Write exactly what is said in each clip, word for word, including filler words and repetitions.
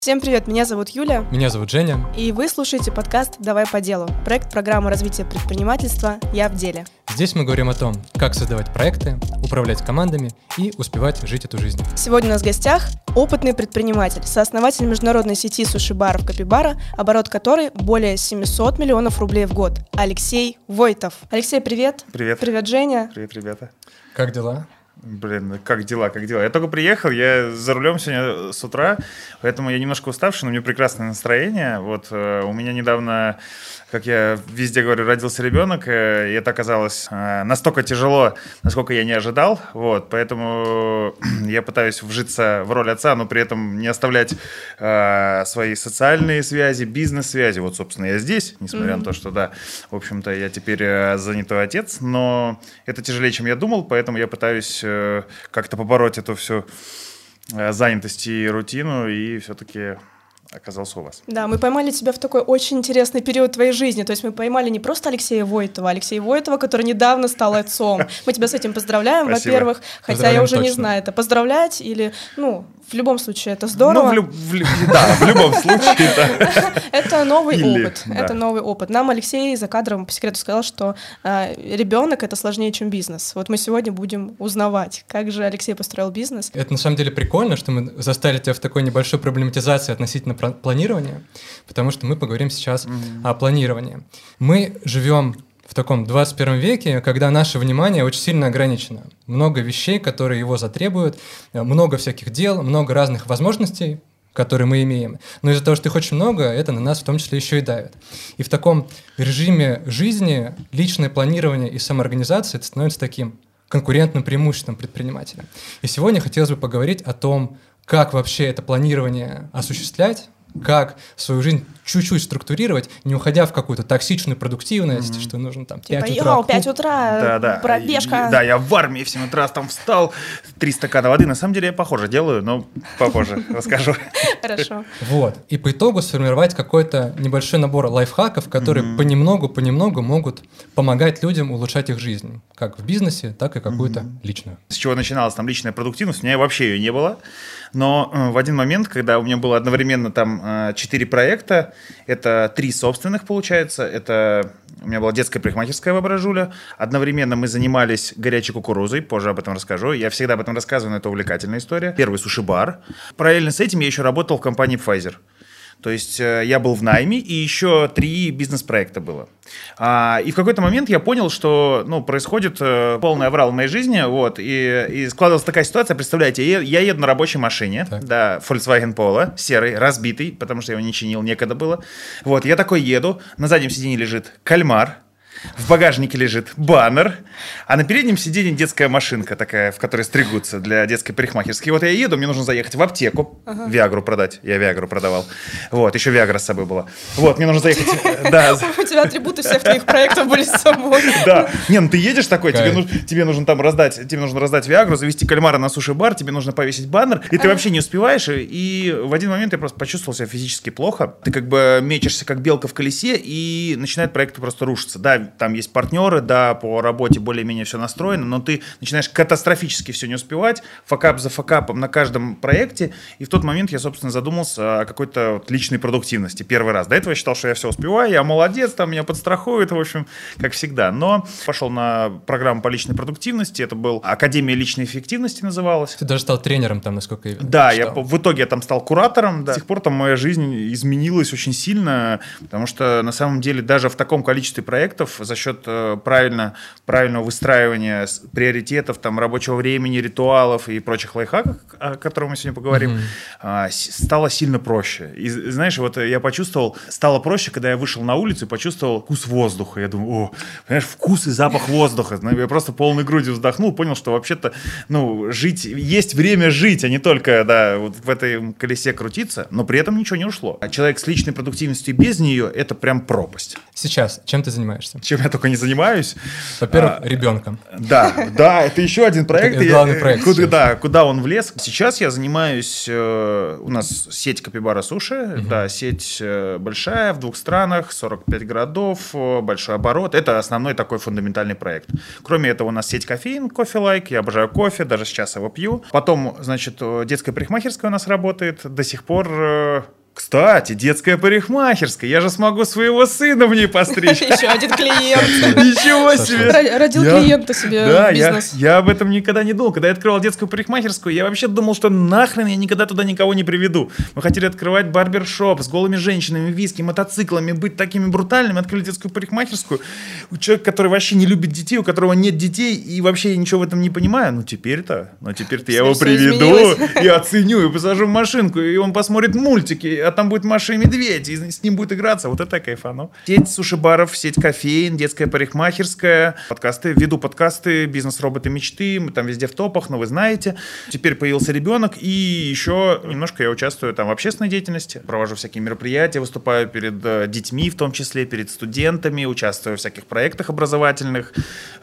Всем привет, меня зовут Юля. Меня зовут Женя. И вы слушаете подкаст «Давай по делу», проект программы развития предпринимательства «Я в деле». Здесь мы говорим о том, как создавать проекты, управлять командами и успевать жить эту жизнь. Сегодня у нас в гостях опытный предприниматель, сооснователь международной сети суши-баров «Капибара», оборот которой более семьсот миллионов рублей в год, Алексей Войтов. Алексей, привет. Привет. Привет, Женя. Привет, ребята. Как дела? Блин, как дела, как дела? Я только приехал, я за рулем сегодня с утра, поэтому я немножко уставший, но у меня прекрасное настроение. Вот э, у меня недавно, как я везде говорю, родился ребенок, э, и это оказалось э, настолько тяжело, насколько я не ожидал. Вот, поэтому я пытаюсь вжиться в роль отца, но при этом не оставлять э, свои социальные связи, бизнес-связи. Вот, собственно, я здесь, несмотря mm-hmm. на то, что, да, в общем-то, я теперь э, занятой отец, но это тяжелее, чем я думал, поэтому я пытаюсь как-то побороть эту всю занятость и рутину, и все-таки оказался у вас. Да, мы поймали тебя в такой очень интересный период твоей жизни. То есть мы поймали не просто Алексея Войтова, а Алексея Войтова, который недавно стал отцом. Мы тебя с этим поздравляем, Спасибо. Во-первых. Хотя я уже точно не знаю, это поздравлять или, ну, в любом случае это здорово. Ну, в, лю- в, лю- да, в любом случае, да. Это новый Или, опыт. да. Это новый опыт. Нам Алексей за кадром по секрету сказал, что э, ребенок это сложнее, чем бизнес. Вот мы сегодня будем узнавать, как же Алексей построил бизнес. Это на самом деле прикольно, что мы застали тебя в такой небольшой проблематизации относительно про- планирования, потому что мы поговорим сейчас mm-hmm. о планировании. Мы живем в таком двадцать первом веке, когда наше внимание очень сильно ограничено. Много вещей, которые его затребуют, много всяких дел, много разных возможностей, которые мы имеем. Но из-за того, что их очень много, это на нас в том числе еще и давит. И в таком режиме жизни личное планирование и самоорганизация это становится таким конкурентным преимуществом предпринимателя. И сегодня хотелось бы поговорить о том, как вообще это планирование осуществлять, как свою жизнь чуть-чуть структурировать, не уходя в какую-то токсичную продуктивность, mm-hmm. что нужно там типа, пять утра. пять утра, да, да. пробежка. Да, я в армии в семь утра там встал, три стакана воды. На самом деле я похоже делаю, но попозже расскажу. Хорошо. Вот. И по итогу сформировать какой-то небольшой набор лайфхаков, которые mm-hmm. понемногу-понемногу могут помогать людям улучшать их жизнь. Как в бизнесе, так и какую-то mm-hmm. личную. С чего начиналась там личная продуктивность? У меня вообще ее не было. Но э, в один момент, когда у меня было одновременно там э, четыре проекта, это три собственных, получается, это у меня была детская парикмахерская в Ображуле, одновременно мы занимались горячей кукурузой, позже об этом расскажу, я всегда об этом рассказываю, но это увлекательная история. Первый суши-бар. Параллельно с этим я еще работал в компании Pfizer. То есть э, я был в найме, и еще три бизнес-проекта было. А, и в какой-то момент я понял, что ну, происходит э, полный аврал в моей жизни, вот, и, и складывалась такая ситуация, представляете, я, я еду на рабочей машине, так. да, Volkswagen Polo, серый, разбитый, потому что я его не чинил, некогда было. Вот, я такой еду, на заднем сиденье лежит кальмар, в багажнике лежит баннер, а на переднем сиденье детская машинка такая, в которой стригутся для детской парикмахерской. И вот я еду, мне нужно заехать в аптеку, ага. Виагру продать. Я Виагру продавал. Вот, еще Виагра с собой была. Вот, мне нужно заехать... Да. У тебя атрибуты всех твоих проектов были с собой. Да. Не, ну ты едешь такой, тебе нужно там раздать, тебе нужно раздать Виагру, завести кальмара на суши-бар, тебе нужно повесить баннер, и ты вообще не успеваешь. И в один момент я просто почувствовал себя физически плохо. Ты как бы мечешься, как белка в колесе, и начинает проект просто рушиться. Да, там есть партнеры, да, по работе более-менее все настроено, но ты начинаешь катастрофически все не успевать, факап за факапом на каждом проекте, и в тот момент я, собственно, задумался о какой-то вот личной продуктивности первый раз. До этого я считал, что я все успеваю, я молодец, там меня подстрахуют, в общем, как всегда. Но пошел на программу по личной продуктивности, это был Академия личной эффективности называлась. Ты даже стал тренером там, насколько я Да, я, в итоге я там стал куратором, да. С тех пор там моя жизнь изменилась очень сильно, потому что на самом деле даже в таком количестве проектов за счет правильно, правильного выстраивания приоритетов, там, рабочего времени, ритуалов и прочих лайфхаков, о которых мы сегодня поговорим, mm-hmm. стало сильно проще. И знаешь, вот я почувствовал, стало проще, когда я вышел на улицу и почувствовал вкус воздуха. Я думаю, о, понимаешь, вкус и запах воздуха. Я просто полной грудью вздохнул, понял, что вообще-то, ну, жить, есть время жить, а не только, да, вот в этой колесе крутиться, но при этом ничего не ушло. А человек с личной продуктивностью без нее — это прям пропасть. Сейчас чем ты занимаешься? чем я только не занимаюсь. Во-первых, а, ребенком. Да, да, это еще один проект. Это главный проект. Куда, да, куда он влез. Сейчас я занимаюсь, э, у нас сеть Капибара Суши, uh-huh. да, сеть э, большая, в двух странах, сорок пять городов, э, большой оборот. Это основной такой фундаментальный проект. Кроме этого у нас сеть кофеин, кофе-лайк, я обожаю кофе, даже сейчас его пью. Потом, значит, детская парикмахерская у нас работает, до сих пор... Э, Кстати, детская парикмахерская. Я же смогу своего сына в ней постричь. Еще один клиент. Ничего себе. Родил клиента себе в бизнес. Я об этом никогда не думал. Когда я открывал детскую парикмахерскую, я вообще думал, что нахрен я никогда туда никого не приведу. Мы хотели открывать барбершоп с голыми женщинами, виски, мотоциклами, быть такими брутальными. Открыли детскую парикмахерскую. Человек, который вообще не любит детей, у которого нет детей, и вообще ничего в этом не понимаю. Ну теперь-то, ну теперь-то я его приведу и оценю, и посажу в машинку, и он посмотрит мультики, а там будет Маша и Медведь, и с ним будет играться. Вот это кайфану. Сеть суши-баров, сеть кофеин, детская парикмахерская, подкасты, веду подкасты «Бизнес-роботы мечты», мы там везде в топах, но вы знаете. Теперь появился ребенок, и еще немножко я участвую там в общественной деятельности, провожу всякие мероприятия, выступаю перед э, детьми, в том числе перед студентами, участвую в всяких проектах образовательных,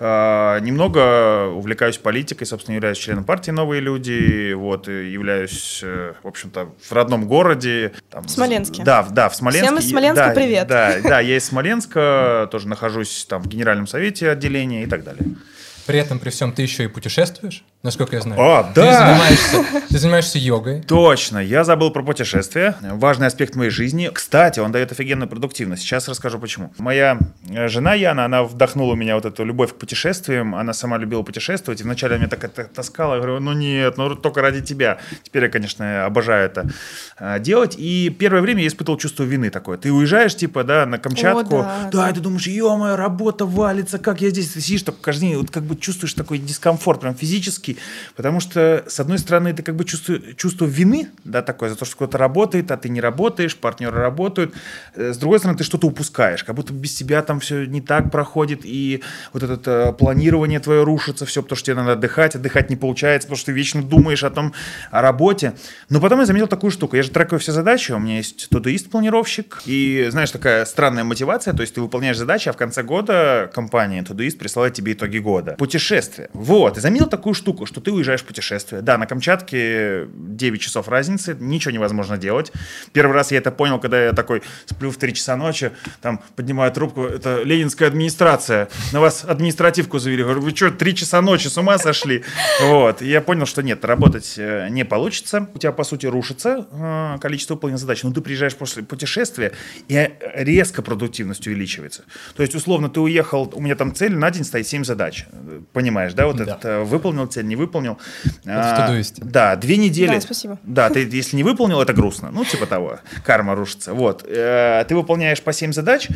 э, немного увлекаюсь политикой, собственно, являюсь членом партии «Новые люди», вот, и являюсь, э, в общем-то, в родном городе. Там, в Смоленске. Да, да, в Смоленске. Всем из Смоленска да, привет. Да, да, я из Смоленска, тоже нахожусь там в генеральном совете отделения и так далее. При этом, при всем, ты еще и путешествуешь, насколько я знаю. О, ты да! Занимаешься, ты занимаешься йогой. Точно, я забыл про путешествия. Важный аспект моей жизни. Кстати, он дает офигенную продуктивность. Сейчас расскажу, почему. Моя жена Яна, она вдохнула у меня вот эту любовь к путешествиям. Она сама любила путешествовать. И вначале она меня так это таскала. Я говорю, ну нет, ну только ради тебя. Теперь я, конечно, обожаю это делать. И первое время я испытывал чувство вины такое. Ты уезжаешь, типа, да, на Камчатку. О, да, да, да, и ты думаешь, ё-моё, работа валится, как я здесь. Ты сидишь, только каждый день, вот как бы чувствуешь такой дискомфорт прям физический, потому что, с одной стороны, ты как бы чувствуешь чувство вины, да, такое, за то, что кто-то работает, а ты не работаешь, партнеры работают. С другой стороны, ты что-то упускаешь, как будто без тебя там все не так проходит, и вот это планирование твое рушится, все, потому что тебе надо отдыхать, отдыхать не получается, потому что ты вечно думаешь о том, о работе. Но потом я заметил такую штуку, я же трекаю все задачи, у меня есть Todoist-планировщик, и, знаешь, такая странная мотивация, то есть ты выполняешь задачи, а в конце года компания Todoist присылает тебе итоги года. Путешествие. Вот, и заметил такую штуку, что ты уезжаешь в путешествие. Да, на Камчатке девять часов разницы, ничего невозможно делать. Первый раз я это понял, когда я такой сплю в три часа ночи, там поднимаю трубку, это ленинская администрация, на вас административку завели. Говорю, вы что, три часа ночи с ума сошли? Вот, и я понял, что нет, работать не получится. У тебя, по сути, рушится количество выполненных задач, но ты приезжаешь после путешествия, и резко продуктивность увеличивается. То есть, условно, ты уехал, у меня там цель на день стоит семь задач. Понимаешь? Да, вот да. это выполнил цель, не выполнил. Это а, да, две недели. Да, спасибо. Да, ты если не выполнил, это грустно. Ну, типа того, карма рушится. Вот. Ты выполняешь по семь задач,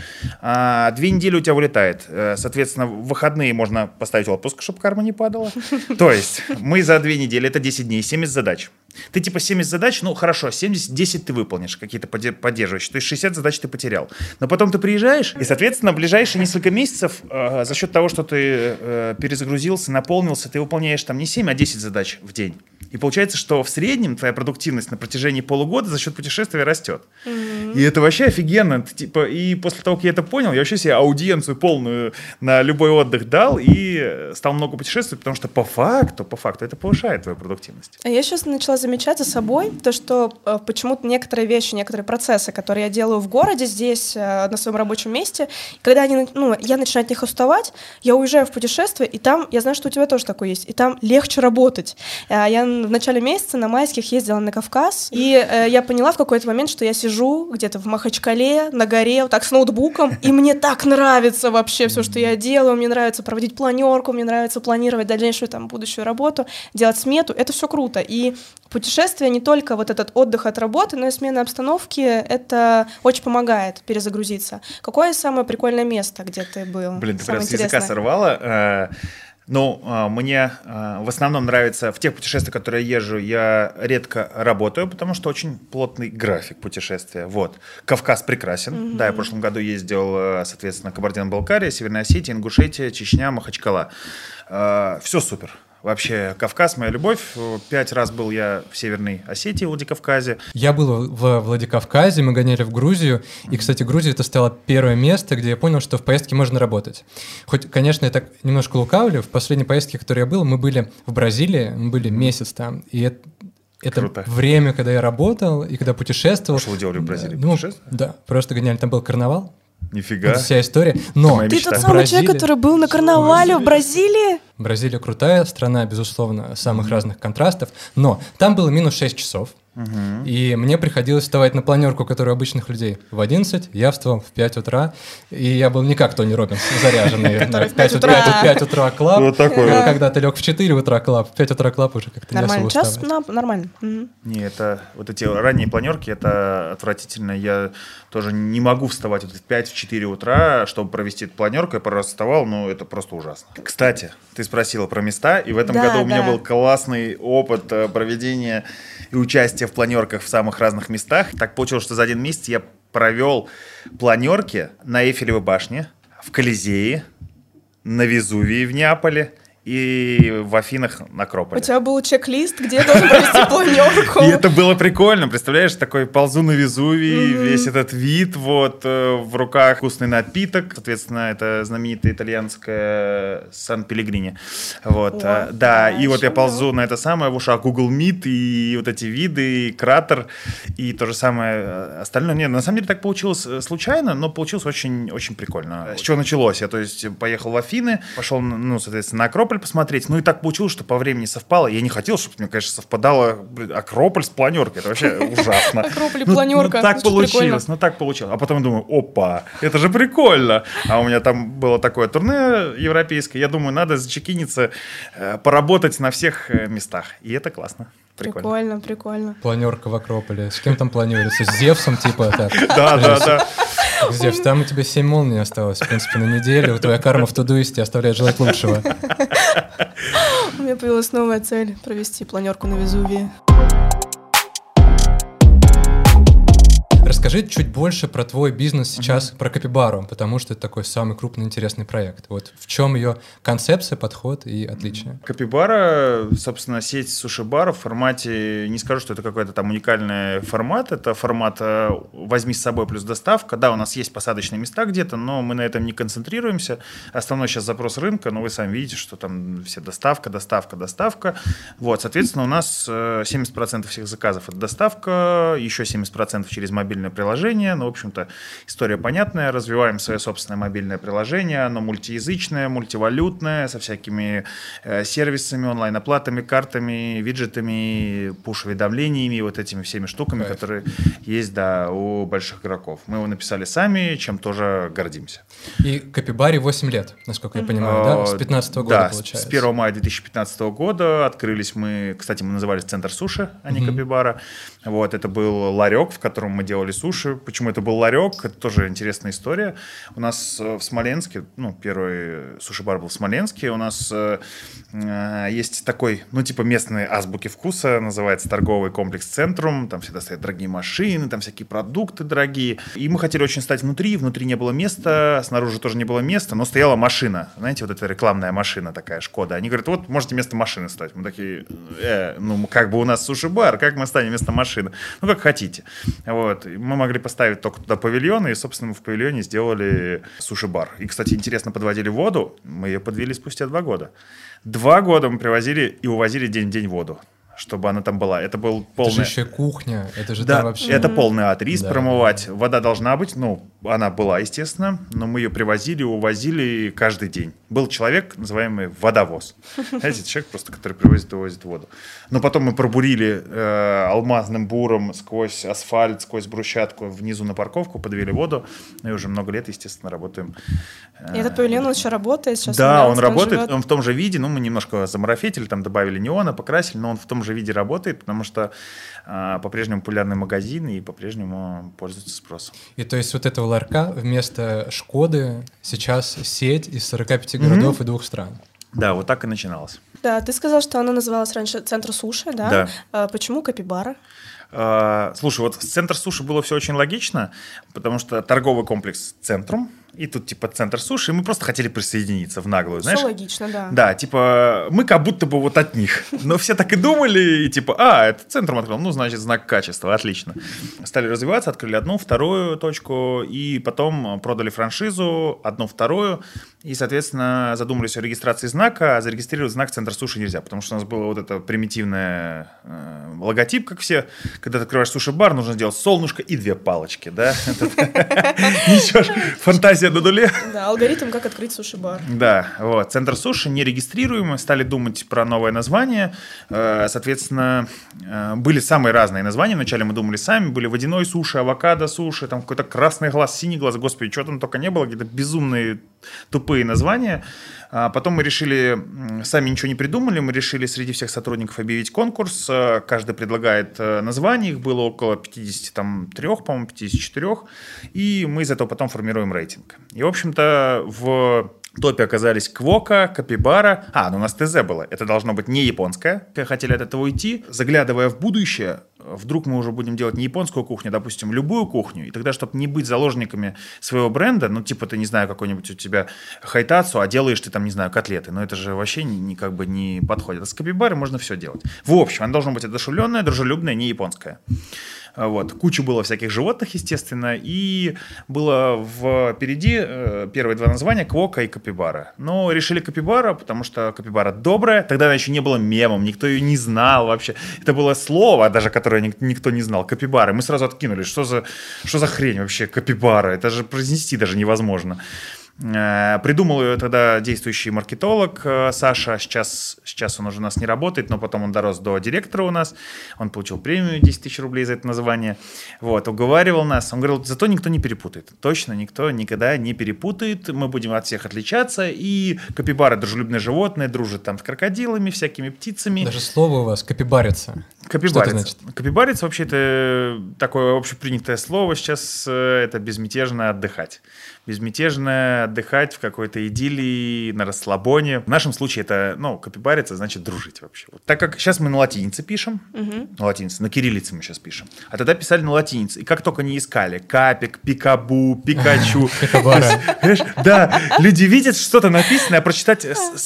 а две недели у тебя вылетает. Соответственно, в выходные можно поставить отпуск, чтобы карма не падала. То есть мы за две недели, это десять дней, семьдесят задач. Ты типа семьдесят задач, ну хорошо, семьдесят, десять ты выполнишь, какие-то поддерживающие. То есть шестьдесят задач ты потерял. Но потом ты приезжаешь, и, соответственно, в ближайшие несколько месяцев э, за счет того, что ты э, перезагрузился, наполнился, ты выполняешь там не семь, а десять задач в день. И получается, что в среднем твоя продуктивность на протяжении полугода за счет путешествия растет. Mm-hmm. И это вообще офигенно. Ты, типа, и после того, как я это понял, я вообще себе аудиенцию полную на любой отдых дал и стал много путешествовать, потому что по факту, по факту это повышает твою продуктивность. А я сейчас начала замечать за собой то, что э, почему-то некоторые вещи, некоторые процессы, которые я делаю в городе, здесь, э, на своем рабочем месте, когда они, ну, я начинаю от них уставать, я уезжаю в путешествие, и там, я знаю, что у тебя тоже такое есть, и там легче работать. Э, я в начале месяца на майских ездила на Кавказ, и э, я поняла в какой-то момент, что я сижу где-то в Махачкале, на горе, вот так с ноутбуком, и мне так нравится вообще все, что я делаю, мне нравится проводить планерку, мне нравится планировать дальнейшую там будущую работу, делать смету, это все круто. И путешествие не только вот этот отдых от работы, но и смена обстановки, это очень помогает перезагрузиться. Какое самое прикольное место, где ты был? Блин, ты прям с языка сорвала. Ну, мне в основном нравится в тех путешествиях, которые я езжу, я редко работаю, потому что очень плотный график путешествия. Вот. Кавказ прекрасен. Mm-hmm. Да, я в прошлом году ездил, соответственно, Кабардино-Балкария, Северная Осетия, Ингушетия, Чечня, Махачкала. Все супер. Вообще, Кавказ — моя любовь. Пять раз был я в Северной Осетии, Владикавказе. Я был в Владикавказе, мы гоняли в Грузию. И, кстати, Грузия — это стало первое место, где я понял, что в поездке можно работать. Хоть, конечно, я так немножко лукавлю. В последней поездке, в которой я был, мы были в Бразилии, мы были месяц там. И это, это время, когда я работал и когда путешествовал. Что вы делали в Бразилии? Ну, да, просто гоняли. Там был карнавал. Нифига. Это вся история. Но ты тот самый человек, который был на карнавале в Бразилии? Бразилия крутая страна, безусловно, самых mm-hmm. разных контрастов, но там было минус шесть часов, mm-hmm. и мне приходилось вставать на планерку, которая у обычных людей в одиннадцать, я вставал в пять утра, и я был не как Тони Роббинс, заряженный в пять утра клаб, когда ты лег в четыре утра клаб, в пять утра клаб уже как-то не особо час нормально. Не, это вот эти ранние планерки, это отвратительно. Я тоже не могу вставать в пять-четыре утра, чтобы провести эту планерку. Я пару раз вставал, но это просто ужасно. Кстати, ты спросила про места, и в этом да, году у меня да. был классный опыт проведения и участия в планерках в самых разных местах. Так получилось, что за один месяц я провел планерки на Эйфелевой башне, в Колизее, на Везувии в Неаполе и в Афинах на Акрополе. У тебя был чек-лист, где я должен провести планерку. И это было прикольно, представляешь, такой ползу на Везувии, mm-hmm. весь этот вид, вот, в руках вкусный напиток, соответственно, это знаменитая итальянская Сан-Пелегрине, вот, О, да, да, и вот я ползу на это самое, в ушах Google Meet, и вот эти виды, и кратер, и то же самое остальное. Нет, на самом деле так получилось случайно, но получилось очень, очень прикольно. С чего началось? Я, то есть, поехал в Афины, пошел, ну, соответственно, на Акрополь посмотреть. Ну и так получилось, что по времени совпало. Я не хотел, чтобы мне, конечно, совпадало Акрополь с планеркой. Это вообще ужасно. Акрополь и планерка. Ну так получилось, ну так получилось. А потом я думаю, опа, это же прикольно. А у меня там было такое турне европейское. Я думаю, надо зачекиниться, поработать на всех местах. И это классно. Прикольно. Прикольно, прикольно. Планерка в Акрополе. С кем там планируется? С Зевсом, типа так? Да, да, да. Зевс, там у тебя семь молний осталось, в принципе, на неделю. Твоя карма в Тудуисте оставляет желать лучшего. У меня появилась новая цель — провести планерку на Везувии. Расскажи чуть больше про твой бизнес сейчас, mm-hmm. про Капибару, потому что это такой самый крупный интересный проект. Вот в чем ее концепция, подход и отличие? Капибара, собственно, сеть суши-баров в формате, не скажу, что это какой-то там уникальный формат, это формат «возьми с собой плюс доставка». Да, у нас есть посадочные места где-то, но мы на этом не концентрируемся. Основной сейчас запрос рынка, но вы сами видите, что там все доставка, доставка, доставка. Вот, соответственно, у нас семьдесят процентов всех заказов — это доставка, еще семьдесят процентов через мобильное приложение. Ну, в общем-то, история понятная. Развиваем свое собственное мобильное приложение. Оно мультиязычное, мультивалютное, со всякими э, сервисами, онлайн-оплатами, картами, виджетами, пуш-уведомлениями, вот этими всеми штуками, Кайф. которые есть, да, у больших игроков. Мы его написали сами, чем тоже гордимся. И Капибаре восемь лет, насколько я понимаю, да? С пятнадцатого года, да, получается. С первого мая две тысячи пятнадцатого года открылись мы, кстати, мы назывались Центр Суши, а не mm-hmm. Капибара. Вот, это был ларек, в котором мы делали суши. Почему это был ларек? Это тоже интересная история. У нас в Смоленске, ну, первый суши-бар был в Смоленске, у нас э, есть такой, ну, типа местные азбуки вкуса, называется торговый комплекс «Центрум», там всегда стоят дорогие машины, там всякие продукты дорогие. И мы хотели очень стать внутри, внутри не было места, снаружи тоже не было места, но стояла машина, знаете, вот эта рекламная машина такая, Шкода. Они говорят, вот, можете вместо машины стать. Мы такие, э, ну, как бы у нас суши-бар, как мы станем вместо машины? Ну, как хотите. Вот. Мы могли поставить только туда павильон, и, собственно, мы в павильоне сделали суши-бар. И, кстати, интересно, подводили воду, мы ее подвели спустя два года. Два года мы привозили и увозили день в день воду, чтобы она там была. Это был полный... Это же еще кухня, это же да, там вообще... это полный ад, рис да. промывать. Вода должна быть, ну, она была, естественно, но мы ее привозили, увозили каждый день. Был человек, называемый водовоз. Знаете, человек просто, который привозит и увозит воду. Но потом мы пробурили э, алмазным буром сквозь асфальт, сквозь брусчатку внизу на парковку, подвели воду. И уже много лет, естественно, работаем. И этот павильон он еще работает? Сейчас да, он, он работает, он в том же виде. Ну, мы немножко замарафетили, там добавили неона, покрасили, но он в том же виде работает, потому что э, по-прежнему популярный магазин и по-прежнему пользуется спросом. И то есть вот этого ларька вместо Шкоды сейчас сеть из сорока пяти городов mm-hmm. и двух стран. Да, вот так и начиналось. Да, ты сказал, что она называлась раньше Центр Суши, да? Да. А почему Капибара? Uh, слушай, вот с Центр Суши было все очень логично, потому что торговый комплекс «Центрум», и тут типа центр суши, и мы просто хотели присоединиться в наглую, знаешь? Все логично, да. Да, типа мы как будто бы вот от них. Но все так и думали, и типа, а, это центром открыл, ну, значит, знак качества, отлично. Стали развиваться, открыли одну, вторую точку, и потом продали франшизу, одну, вторую, и, соответственно, задумались о регистрации знака, а зарегистрировать знак центр суши нельзя, потому что у нас было вот это примитивное э, логотип, как все. Когда ты открываешь суши-бар, нужно сделать солнышко и две палочки, да? Ничего ж, фантазия на нуле. Да, алгоритм, как открыть суши-бар. Да, вот. Центр суши не регистрируемый, стали думать про новое название. Соответственно, были самые разные названия. Вначале мы думали сами, были водяной суши, авокадо суши, там какой-то красный глаз, синий глаз, господи, что там только не было, какие-то безумные тупые названия. А потом мы решили, сами ничего не придумали, мы решили среди всех сотрудников объявить конкурс. Каждый предлагает название, их было около пятьдесят три, по-моему, пятьдесят четыре. И мы из этого потом формируем рейтинг. И, в общем-то, в топе оказались Квока, Капибара. А, ну у нас ТЗ было. Это должно быть не японское. Хотели от этого уйти. Заглядывая в будущее, вдруг мы уже будем делать не японскую кухню, а, допустим, любую кухню. И тогда, чтобы не быть заложниками своего бренда, ну, типа, ты, не знаю, какой-нибудь у тебя хайтацу, а делаешь ты там, не знаю, котлеты. Но это же вообще не, не, как бы не подходит. А с Капибарой можно все делать. В общем, оно должно быть одушевленное, дружелюбное, не японское. Вот. Куча было всяких животных, естественно, и было впереди э, первые два названия Квока и Капибара. Но решили Капибара, потому что Капибара добрая, тогда она еще не была мемом, никто ее не знал вообще. Это было слово, даже которое никто не знал, Капибара. Мы сразу откинули, что за, что за хрень вообще Капибара, это же произнести даже невозможно. Придумал ее тогда действующий маркетолог Саша, сейчас, сейчас он уже у нас не работает, но потом он дорос до директора у нас, он получил премию десять тысяч рублей за это название, вот, уговаривал нас, он говорил, зато никто не перепутает, точно никто никогда не перепутает, мы будем от всех отличаться, и Капибара дружелюбное животное, дружит там с крокодилами, всякими птицами. Даже слово у вас капибарится. Капибарец. Капибарец вообще это такое общепринятое слово сейчас, это безмятежно отдыхать. Безмятежно отдыхать в какой-то идиллии, на расслабоне. В нашем случае это, ну, капибариться значит дружить вообще. Вот. Так как сейчас мы на латинице пишем, угу. на латинице, на кириллице мы сейчас пишем, а тогда писали на латинице. И как только не искали, капик, пикабу, пикачу. Да, люди видят, что-то написано, а прочитать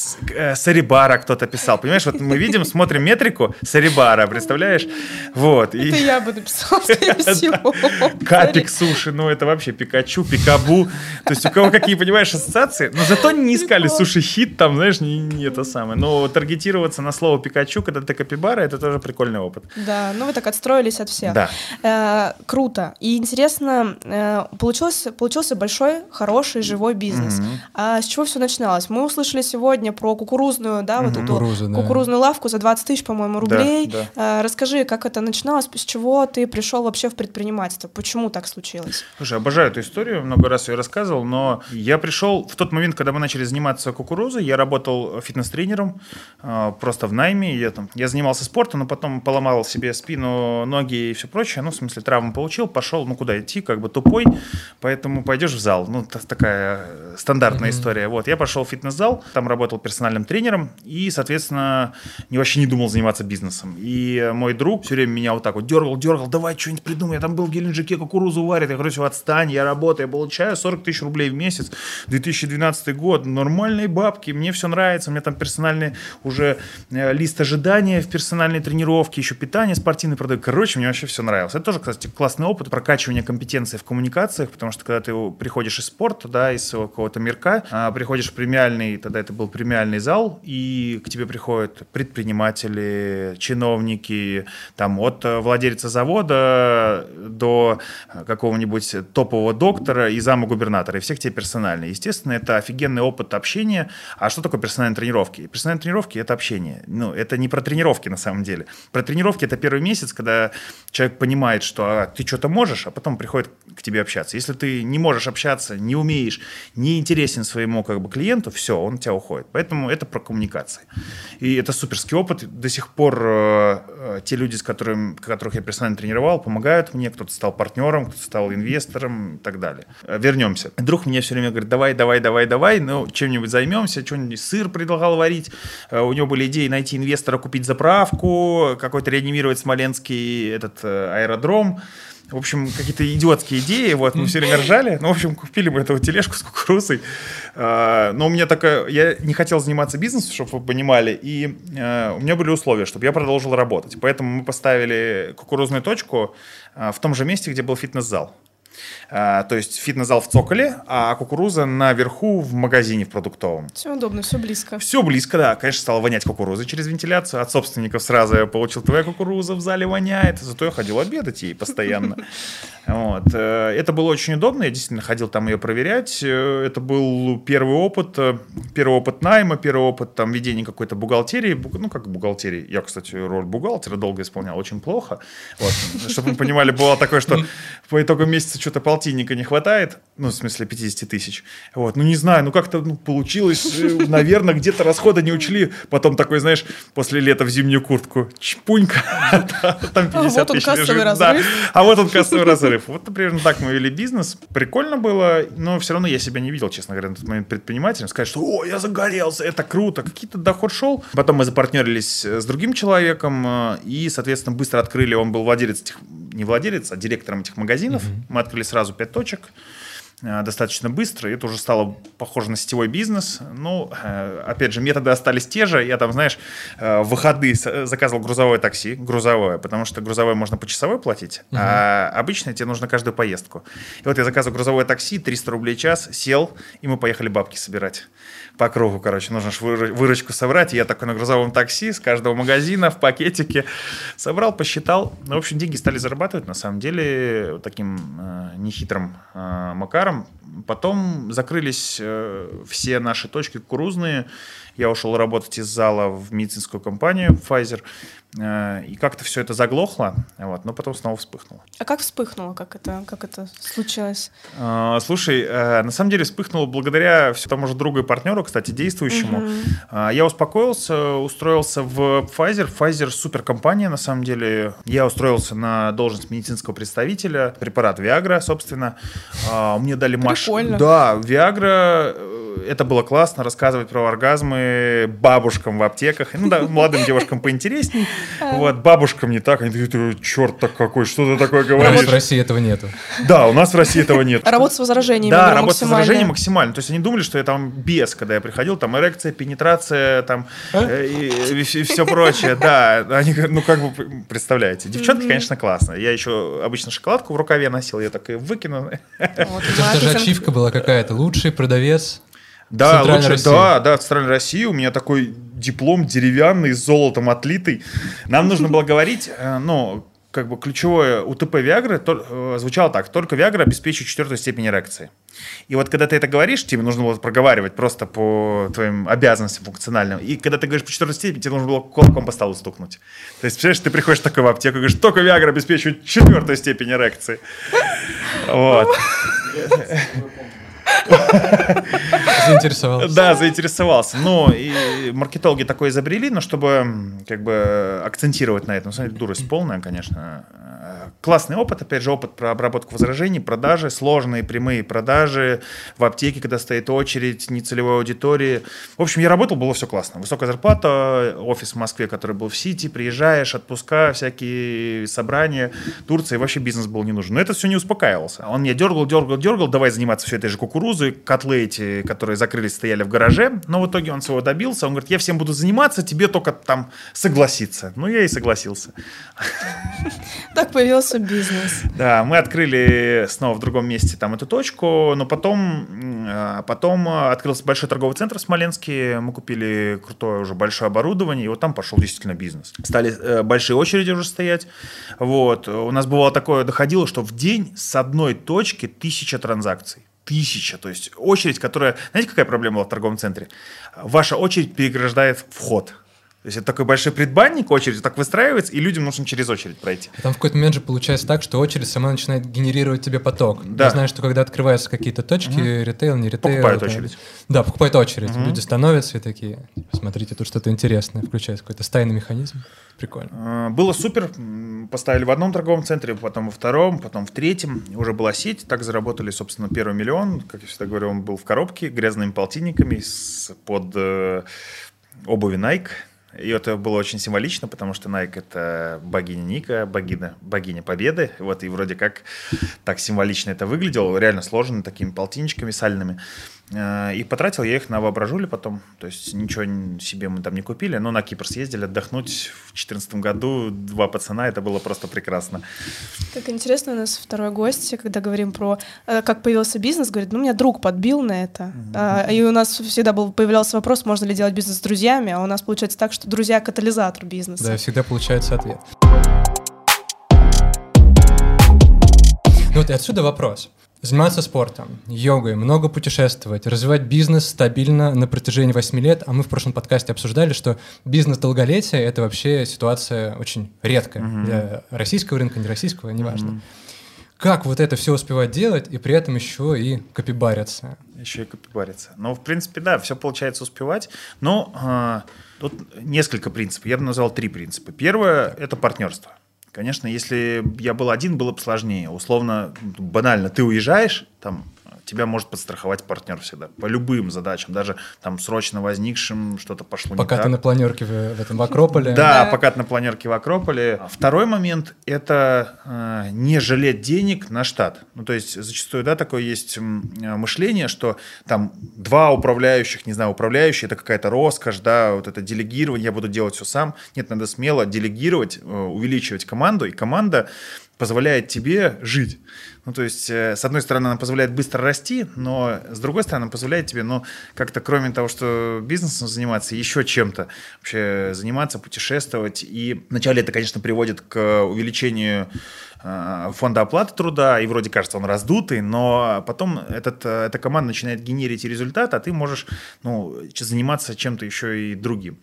сарибара кто-то писал. Понимаешь, вот мы видим, смотрим метрику, сарибара, представляешь? Вот. Это я бы написала, скорее всего. Капик суши, ну это вообще пикачу, пикабу. То есть у кого какие, понимаешь, ассоциации, но зато не искали суши-хит, там, знаешь, не, не это самое. Но таргетироваться на слово Пикачу, когда ты капибара, это тоже прикольный опыт. Да, ну вы так отстроились от всех. Да. Э, круто. И интересно, э, получился, получился большой, хороший, живой бизнес. Mm-hmm. А с чего все начиналось? Мы услышали сегодня про кукурузную, да, mm-hmm. вот эту Кукуруза, да. кукурузную лавку за двадцать тысяч, по-моему, рублей. Да, да. Э, расскажи, как это начиналось, с чего ты пришел вообще в предпринимательство? Почему так случилось? Слушай, обожаю эту историю, много раз ее рассказывал. Но я пришел в тот момент, когда мы начали заниматься кукурузой, я работал фитнес-тренером, просто в найме, я, там, я занимался спортом, но потом поломал себе спину, ноги и все прочее, ну, в смысле, травму получил, пошел, ну, куда идти, как бы тупой, поэтому пойдешь в зал, ну, такая стандартная mm-hmm. история, вот, я пошел в фитнес-зал, там работал персональным тренером и, соответственно, не, вообще не думал заниматься бизнесом, и мой друг все время меня вот так вот дергал, дергал, давай что-нибудь придумай, я там был в Геленджике, кукурузу варит, я говорю, все, отстань, я работаю, я получаю сорок тысяч рублей в месяц, две тысячи двенадцатый год, нормальные бабки, мне все нравится, у меня там персональный уже э, лист ожидания в персональной тренировке, еще питание спортивное продаю, короче, мне вообще все нравилось. Это тоже, кстати, классный опыт прокачивания компетенций в коммуникациях, потому что когда ты приходишь из спорта, да, из какого-то мирка, а, приходишь в премиальный, тогда это был премиальный зал, и к тебе приходят предприниматели, чиновники, там, от владельца завода до какого-нибудь топового доктора и зама губернатора, и всех тебе персонально. Естественно, это офигенный опыт общения. А что такое персональные тренировки? Персональные тренировки – это общение. Ну, это не про тренировки на самом деле. Про тренировки – это первый месяц, когда человек понимает, что а, ты что-то можешь, а потом приходит к тебе общаться. Если ты не можешь общаться, не умеешь, не интересен своему как бы, клиенту, все, он от тебя уходит. Поэтому это про коммуникации. И это суперский опыт. До сих пор э, э, те люди, с которыми, которых я персонально тренировал, помогают мне. Кто-то стал партнером, кто-то стал инвестором и так далее. Вернемся. Друг мне все время говорит, давай, давай, давай, давай, ну, чем-нибудь займемся, что-нибудь, сыр предлагал варить. У него были идеи найти инвестора, купить заправку, какой-то реанимировать смоленский этот аэродром. В общем, какие-то идиотские идеи, вот, мы все время ржали. Ну, в общем, купили мы эту тележку с кукурузой. Но у меня такая... Я не хотел заниматься бизнесом, чтобы вы понимали, и у меня были условия, чтобы я продолжил работать. Поэтому мы поставили кукурузную точку в том же месте, где был фитнес-зал. А, то есть фитнес-зал в цоколе, а кукуруза наверху в магазине в продуктовом. Все удобно, все близко. Все близко, да. Конечно, стало вонять кукурузой через вентиляцию. От собственников сразу я получил: твоя кукуруза в зале воняет. Зато я ходил обедать ей постоянно. Вот. Это было очень удобно. Я действительно ходил там ее проверять. Это был первый опыт. Первый опыт найма, первый опыт там, ведения какой-то бухгалтерии. Ну, как бухгалтерии. Я, кстати, роль бухгалтера долго исполнял. Очень плохо. Вот. Чтобы вы понимали, было такое, что по итогу месяца что-то полтинника не хватает. Ну, в смысле, пятьдесят тысяч. Вот. Ну, не знаю, ну как-то ну, получилось. Наверное, где-то расходы не учли. Потом такой, знаешь, после лета в зимнюю куртку. Чпунька. Там пятьдесят тысяч лежит. А вот он кассовый разрыв. Вот примерно так мы вели бизнес. Прикольно было, но все равно я себя не видел, честно говоря, на тот момент предпринимателем. Сказать, что «О, я загорелся, это круто». Какие-то доход шел. Потом мы запартнерились с другим человеком и, соответственно, быстро открыли. Он был владелец этих, не владелец, а директором этих магазинов. Mm-hmm. Мы открыли сразу пять точек. Достаточно быстро, и это уже стало похоже на сетевой бизнес. Ну, опять же, методы остались те же. Я там, знаешь, в выходные заказывал грузовое такси, грузовое, потому что грузовое можно почасовой платить, uh-huh. а обычно тебе нужно каждую поездку. И вот я заказывал грузовое такси, триста рублей в час, сел, и мы поехали бабки собирать. По кругу, короче, нужно же выручку собрать. И я такой на грузовом такси с каждого магазина в пакетике собрал, посчитал. Ну, в общем, деньги стали зарабатывать, на самом деле, таким э, нехитрым э, макаром. Потом закрылись э, все наши точки кукурузные. Я ушел работать из зала в медицинскую компанию Pfizer. Э, и как-то все это заглохло, вот, но потом снова вспыхнуло. А как вспыхнуло? Как это, как это случилось? Э, слушай, э, на самом деле вспыхнуло благодаря все тому же другу и партнеру, кстати, действующему. Uh-huh. Э, я успокоился, устроился в Pfizer. Pfizer суперкомпания, на самом деле. Я устроился на должность медицинского представителя. Препарат Viagra, собственно. Э, мне дали машину. Да, Viagra. Это было классно, рассказывать про оргазмы бабушкам в аптеках. Ну да, молодым девушкам поинтересней. Вот, бабушкам не так. Они такие: черт-то какой, что ты такое говоришь? У нас в России этого нету. Да, у нас в России этого нет. Работа с возражениями. Да, работа с возражением максимально. То есть они думали, что я там без, когда я приходил, там эрекция, пенетрация, там э, и, и, и все прочее. Да, они, ну как бы, представляете. Девчонки, mm-hmm. конечно, классные. Я еще обычно шоколадку в рукаве носил, я так и выкину. Это же ачивка была какая-то. Лучший продавец. Да, лучше, да, да, в Центральной России у меня такой диплом деревянный, с золотом отлитый. Нам нужно было говорить, ну, как бы ключевое у ТП Viagra то, звучало так: только Viagra обеспечивает четвертую степень эрекции. И вот когда ты это говоришь, тебе нужно было проговаривать просто по твоим обязанностям функциональным. И когда ты говоришь по четвертой степени, тебе нужно было кулаком по столу стукнуть. То есть, представляешь, ты приходишь такой в аптеку и говоришь: только Viagra обеспечивает четвертую степень эрекции. Вот. Заинтересовался. Да, заинтересовался. Ну, и маркетологи такое изобрели, но чтобы как бы акцентировать на этом. Смотрите, дурость полная, конечно. Классный опыт, опять же, опыт про обработку возражений, продажи, сложные прямые продажи в аптеке, когда стоит очередь, нецелевой аудитории. В общем, я работал, было все классно. Высокая зарплата, офис в Москве, который был в Сити, приезжаешь, отпуска, всякие собрания, Турция, вообще бизнес был не нужен. Но это все не успокаивался. Он меня дергал, дергал, дергал, давай заниматься все этой же кукурузой, котлы эти, которые закрылись, стояли в гараже. Но в итоге он своего добился. Он говорит: я всем буду заниматься, тебе только там согласиться. Ну, я и согласился. Так появился бизнес. Да, мы открыли снова в другом месте там эту точку, но потом, потом открылся большой торговый центр в Смоленске, мы купили крутое уже большое оборудование, и вот там пошел действительно бизнес. Стали большие очереди уже стоять. Вот. У нас бывало такое, доходило, что в день с одной точки тысяча транзакций. Тысяча, то есть очередь, которая... Знаете, какая проблема была в торговом центре? Ваша очередь переграждает вход. То есть это такой большой предбанник, очередь так выстраивается, и людям нужно через очередь пройти. А там в какой-то момент же получается так, что очередь сама начинает генерировать тебе поток. Да. Я знаю, что когда открываются какие-то точки, угу. ритейл, не ритейл. Покупают там, очередь. Да, покупают очередь. Угу. Люди становятся и такие: смотрите, тут что-то интересное. Включается какой-то стайный механизм. Прикольно. Было супер. Поставили в одном торговом центре, потом во втором, потом в третьем. Уже была сеть. Так заработали, собственно, первый миллион. Как я всегда говорю, он был в коробке, грязными полтинниками, с, под э, обуви Nike. И это было очень символично, потому что Nike — это богиня Ника, богиня, богиня победы. Вот, и вроде как так символично это выглядело, реально сложено, такими полтинничками сальными. И потратил я их на воображули потом. То есть ничего себе мы там не купили, но на Кипр съездили отдохнуть в две тысячи четырнадцатом году. Два пацана, это было просто прекрасно. Так интересно, у нас второй гость, когда говорим про как появился бизнес, говорит, ну, меня друг подбил на это. Mm-hmm. И у нас всегда был, появлялся вопрос, можно ли делать бизнес с друзьями, а у нас получается так, что друзья — катализатор бизнеса. Да, всегда получается ответ. Ну вот и отсюда вопрос. Заниматься спортом, йогой, много путешествовать, развивать бизнес стабильно на протяжении восьми лет. А мы в прошлом подкасте обсуждали, что бизнес долголетия — это вообще ситуация очень редкая mm-hmm. для российского рынка, не российского, неважно. Mm-hmm. Как вот это все успевать делать и при этом еще и копибариться? Еще и копибариться. Ну, в принципе, да, все получается успевать. Но э, тут несколько принципов. Я бы назвал три принципа. Первое – это партнерство. Конечно, если я был один, было бы сложнее. Условно, банально, ты уезжаешь, там, тебя может подстраховать партнер всегда. По любым задачам, даже там срочно возникшим, что-то пошло пока не так. Пока ты на планерке в, в этом в Акрополе. Да, да, пока ты на планерке в Акрополе. Второй момент – это э, не жалеть денег на штат. Ну, то есть зачастую, да, такое есть мышление, что там два управляющих, не знаю, управляющие – это какая-то роскошь, да, вот это делегирование, я буду делать все сам. Нет, надо смело делегировать, увеличивать команду, и команда позволяет тебе жить. Ну, то есть, с одной стороны, она позволяет быстро расти, но с другой стороны, она позволяет тебе, ну, как-то, кроме того, что бизнесом заниматься, еще чем-то вообще заниматься, путешествовать. И вначале это, конечно, приводит к увеличению э, фонда оплаты труда, и вроде кажется, он раздутый, но потом этот, эта команда начинает генерить результат, а ты можешь, ну, заниматься чем-то еще и другим.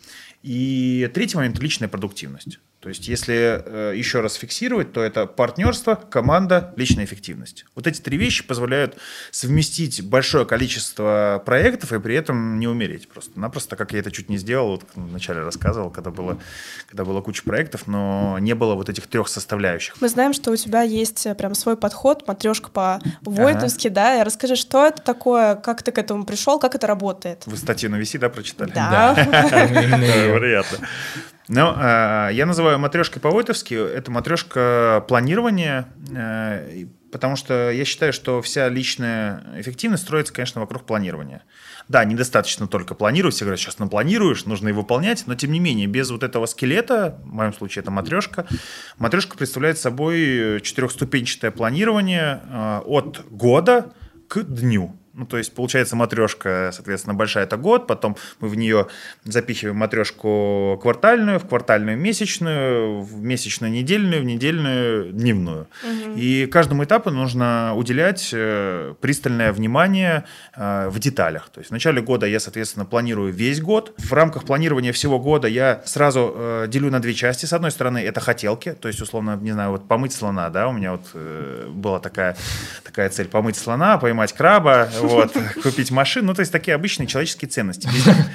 И третий момент – личная продуктивность. То есть, если э, еще раз фиксировать, то это партнерство, команда, личная эффективность. Вот эти три вещи позволяют совместить большое количество проектов и при этом не умереть просто-напросто, как я это чуть не сделал, вот вначале рассказывал, когда было, когда было куча проектов, но не было вот этих трех составляющих. Мы знаем, что у тебя есть прям свой подход, матрешка по-войтовски, ага. да? Расскажи, что это такое, как ты к этому пришел, как это работает? Вы статью на ви си, да, прочитали? Да. Вероятно. Но э, я называю матрешкой по-войтовски, это матрешка планирования, э, потому что я считаю, что вся личная эффективность строится, конечно, вокруг планирования. Да, недостаточно только планировать, все говорят, сейчас напланируешь, нужно и выполнять, но тем не менее, без вот этого скелета, в моем случае это матрешка, матрешка представляет собой четырехступенчатое планирование э, от года к дню. Ну, то есть, получается, матрешка, соответственно, большая – это год, потом мы в нее запихиваем матрешку квартальную, в квартальную месячную, в месячную недельную, в недельную дневную. Угу. И каждому этапу нужно уделять пристальное внимание в деталях. То есть, в начале года я, соответственно, планирую весь год. В рамках планирования всего года я сразу делю на две части. С одной стороны, это хотелки, то есть, условно, не знаю, вот помыть слона, да, у меня вот была такая, такая цель – помыть слона, поймать краба, вот, купить машину, ну, то есть такие обычные человеческие ценности.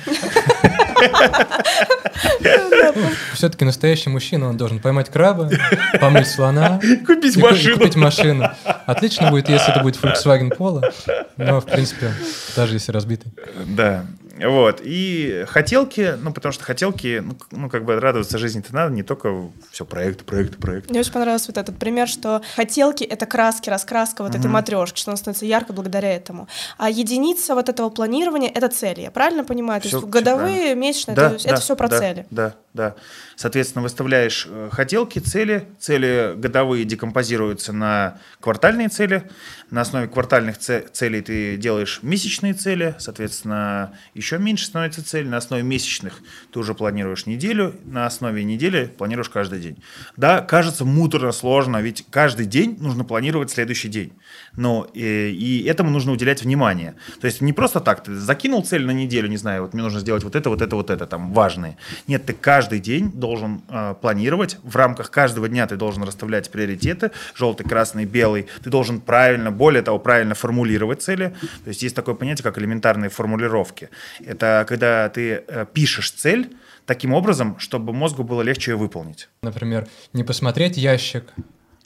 Все-таки настоящий мужчина, он должен поймать краба, помыть слона, купить машину. купить машину. Отлично будет, если это будет Volkswagen Polo, но, в принципе, даже если разбитый. Да. Вот, и хотелки, ну, потому что хотелки, ну, ну как бы радоваться жизни-то надо, не только все проекты, проекты, проекты. Мне очень понравился вот этот пример, что хотелки — это краски, раскраска вот mm-hmm. этой матрешки, что она становится ярко благодаря этому. А единица вот этого планирования — это цели, я правильно понимаю? То все, есть годовые, месячные, да, это, да, это все про да, цели. Да, да. Соответственно, выставляешь хотелки, цели, цели годовые декомпозируются на квартальные цели, на основе квартальных целей ты делаешь месячные цели, соответственно, еще меньше становится цель, на основе месячных ты уже планируешь неделю, на основе недели планируешь каждый день. Да, кажется муторно, сложно, ведь каждый день нужно планировать следующий день, но и, и этому нужно уделять внимание. То есть не просто так, ты закинул цель на неделю, не знаю, вот мне нужно сделать вот это, вот это, вот это, там, важные. Нет, ты каждый день должен э, планировать, в рамках каждого дня ты должен расставлять приоритеты, желтый, красный, белый, ты должен правильно, более того, правильно формулировать цели. То есть есть такое понятие, как элементарные формулировки. Это когда ты э, пишешь цель таким образом, чтобы мозгу было легче ее выполнить. Например, не посмотреть ящик,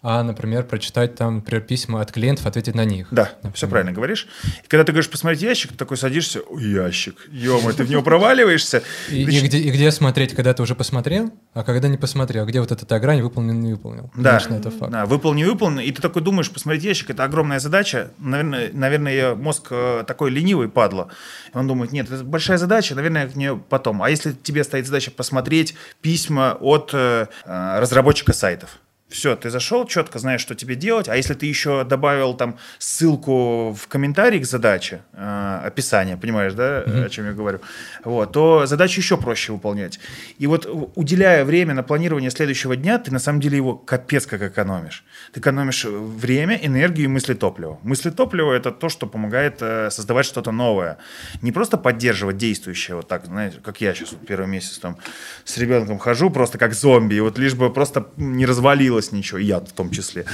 а, например, прочитать там, например, письма от клиентов, ответить на них. Да, например. Все правильно говоришь. И когда ты говоришь посмотреть ящик, ты такой садишься, ящик, ё-моё, ты в него проваливаешься. И, и, где, и где смотреть, когда ты уже посмотрел, а когда не посмотрел, где вот эта грань выполнен, не выполнил. Да, Конечно, это факт. Да, выполнил, не выполнил, и ты такой думаешь, посмотреть ящик, это огромная задача. Наверное, наверное мозг такой ленивый, падла. И он думает, нет, это большая задача, наверное, к нее потом. А если тебе стоит задача посмотреть письма от э, разработчика сайтов? Все, ты зашел, четко знаешь, что тебе делать. А если ты еще добавил там ссылку в комментарии к задаче, э, описание, понимаешь, да, mm-hmm. о чем я говорю, вот, то задачу еще проще выполнять. И вот уделяя время на планирование следующего дня, ты на самом деле его капец как экономишь. Ты экономишь время, энергию и мыслетопливо. Мыслетопливо – это то, что помогает э, создавать что-то новое. Не просто поддерживать действующее, вот так, знаете, как я сейчас вот первый месяц там с ребенком хожу, просто как зомби, и вот лишь бы просто не развалилось ничего, и я в том числе.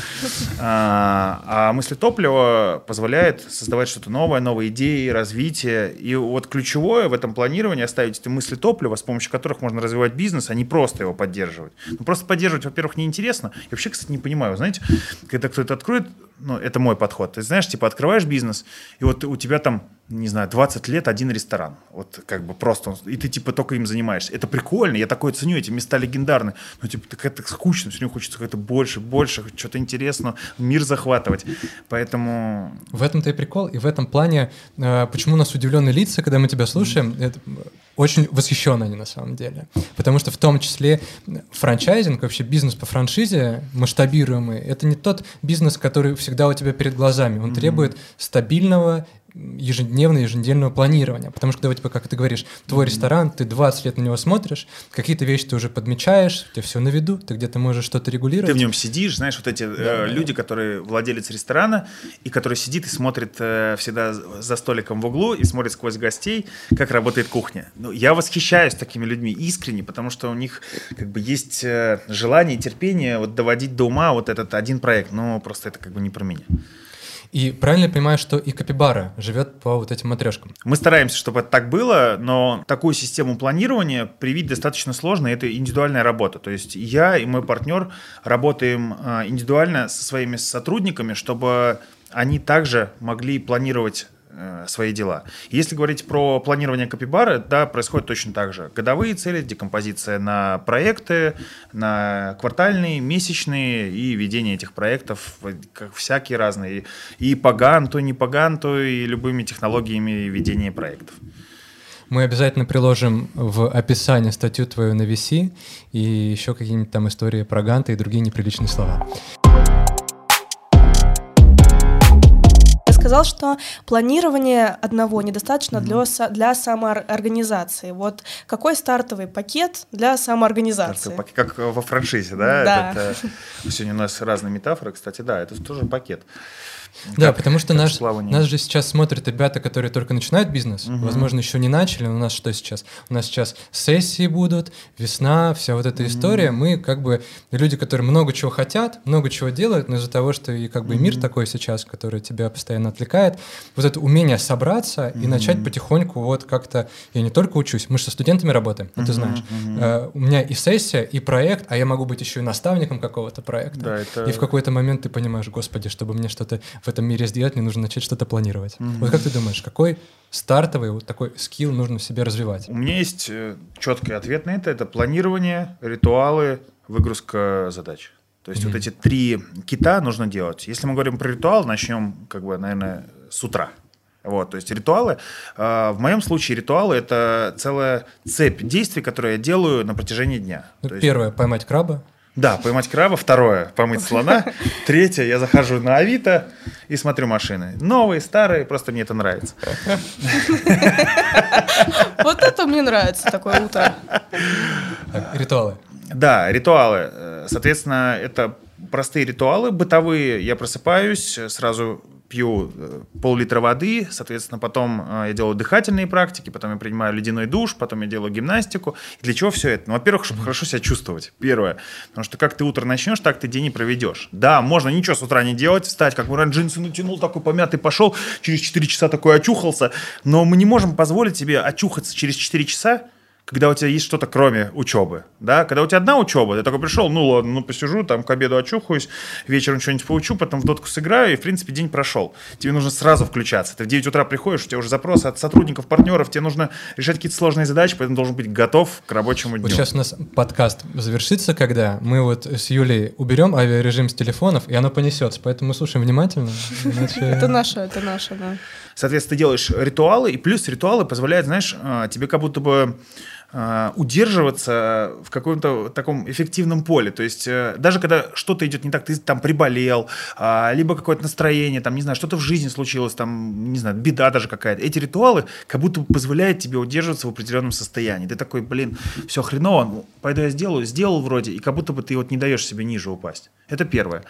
А, а мыслетопливо позволяет создавать что-то новое, новые идеи, развитие. И вот ключевое в этом планировании оставить эти мыслетопливо, с помощью которых можно развивать бизнес, а не просто его поддерживать. Ну, просто поддерживать, во-первых, неинтересно. Я вообще, кстати, не понимаю, знаете, когда кто-то откроет, ну, это мой подход. Ты знаешь, типа, открываешь бизнес, и вот у тебя там, не знаю, двадцать лет один ресторан. Вот как бы просто. И ты, типа, только им занимаешься. Это прикольно, я такое ценю, эти места легендарны. Но, типа, так это скучно, все равно хочется как-то больше, больше, что-то интересного, мир захватывать. Поэтому... В этом-то и прикол. И в этом плане, почему у нас удивленные лица, когда мы тебя слушаем, это очень восхищены они на самом деле. Потому что в том числе франчайзинг, вообще бизнес по франшизе масштабируемый, это не тот бизнес, который всегда у тебя перед глазами. Он mm-hmm. требует стабильного, ежедневного, еженедельного планирования. Потому что, когда, типа, как ты говоришь, твой mm-hmm. ресторан, ты двадцать лет на него смотришь, какие-то вещи ты уже подмечаешь, у тебя все на виду, ты где-то можешь что-то регулировать. Ты в нем сидишь, знаешь, вот эти да, э, люди, которые владелец ресторана, и который сидит и смотрит э, всегда за столиком в углу и смотрит сквозь гостей, как работает кухня. Ну, я восхищаюсь такими людьми искренне, потому что у них как бы есть э, желание и терпение вот доводить до ума вот этот один проект, но просто это как бы не про меня. И правильно я понимаю, что и Капибара живет по вот этим матрешкам? Мы стараемся, чтобы это так было, но такую систему планирования привить достаточно сложно, и это индивидуальная работа. То есть я и мой партнер работаем индивидуально со своими сотрудниками, чтобы они также могли планировать свои дела. Если говорить про планирование Капибары, да, происходит точно так же. Годовые цели, декомпозиция на проекты, на квартальные, месячные и ведение этих проектов, как всякие разные. И по Ганту, не по Ганту, и любыми технологиями ведения проектов. Мы обязательно приложим в описании статью твою на ви си и еще какие-нибудь там истории про Ганта и другие неприличные слова. Сказал, что планирование одного недостаточно mm-hmm. для, для самоорганизации. Вот какой стартовый пакет для самоорганизации? Пакет, как во франшизе, да? Да. Этот, сегодня у нас разные метафоры, кстати, да, это тоже пакет. Да, как, потому что наш, не... нас же сейчас смотрят ребята, которые только начинают бизнес, угу. возможно, еще не начали, но у нас что сейчас? У нас сейчас сессии будут, весна, вся вот эта угу. история. Мы как бы люди, которые много чего хотят, много чего делают, но из-за того, что и как бы угу. мир такой сейчас, который тебя постоянно отвлекает, вот это умение собраться угу. и начать потихоньку вот как-то... Я не только учусь, мы же со студентами работаем, угу. ты знаешь. Угу. Uh, у меня и сессия, и проект, а я могу быть еще и наставником какого-то проекта. Да, это... И в какой-то момент ты понимаешь, господи, чтобы мне что-то в этом мире сделать, мне нужно начать что-то планировать. Mm-hmm. Вот как ты думаешь, какой стартовый вот такой скилл нужно в себе развивать? У меня есть четкий ответ на это. Это планирование, ритуалы, выгрузка задач. То есть mm-hmm. вот эти три кита нужно делать. Если мы говорим про ритуал, начнем, как бы, наверное, с утра. Вот, то есть ритуалы, э, в моем случае ритуалы – это целая цепь действий, которые я делаю на протяжении дня. Ну, то первое – есть... поймать краба. Да, поймать краба. Второе – помыть слона. Третье – я захожу на Авито и смотрю машины. Новые, старые, просто мне это нравится. Вот это мне нравится, такое утро. Ритуалы. Да, ритуалы. Соответственно, это простые ритуалы, бытовые. Я просыпаюсь, сразу пью пол-литра воды, соответственно, потом я делаю дыхательные практики, потом я принимаю ледяной душ, потом я делаю гимнастику. И для чего все это? Ну, во-первых, чтобы mm-hmm. хорошо себя чувствовать, первое. Потому что как ты утро начнешь, так ты день и проведешь. Да, можно ничего с утра не делать, встать, как бы джинсы натянул, такой помятый пошел, через четыре часа такой очухался, но мы не можем позволить себе очухаться через четыре часа, когда у тебя есть что-то кроме учебы, да, когда у тебя одна учеба, ты такой пришел, ну ладно, ну посижу, там к обеду очухаюсь, вечером что-нибудь поучу, потом в дотку сыграю, и, в принципе, день прошел. Тебе нужно сразу включаться. Ты в девять утра приходишь, у тебя уже запросы от сотрудников, партнеров, тебе нужно решать какие-то сложные задачи, поэтому должен быть готов к рабочему дню. Вот сейчас у нас подкаст завершится, когда мы вот с Юлей уберем авиарежим с телефонов, и оно понесется, поэтому мы слушаем внимательно. Это наше, это наше, да. Соответственно, ты делаешь ритуалы, и плюс ритуалы позволяют, знаешь, тебе как будто бы удерживаться в каком-то таком эффективном поле. То есть даже когда что-то идет не так, ты там приболел, либо какое-то настроение, там, не знаю, что-то в жизни случилось, там, не знаю, беда даже какая-то. Эти ритуалы как будто бы позволяют тебе удерживаться в определенном состоянии. Ты такой, блин, все хреново, ну, пойду я сделаю, сделал вроде, и как будто бы ты вот не даешь себе ниже упасть. Это первое.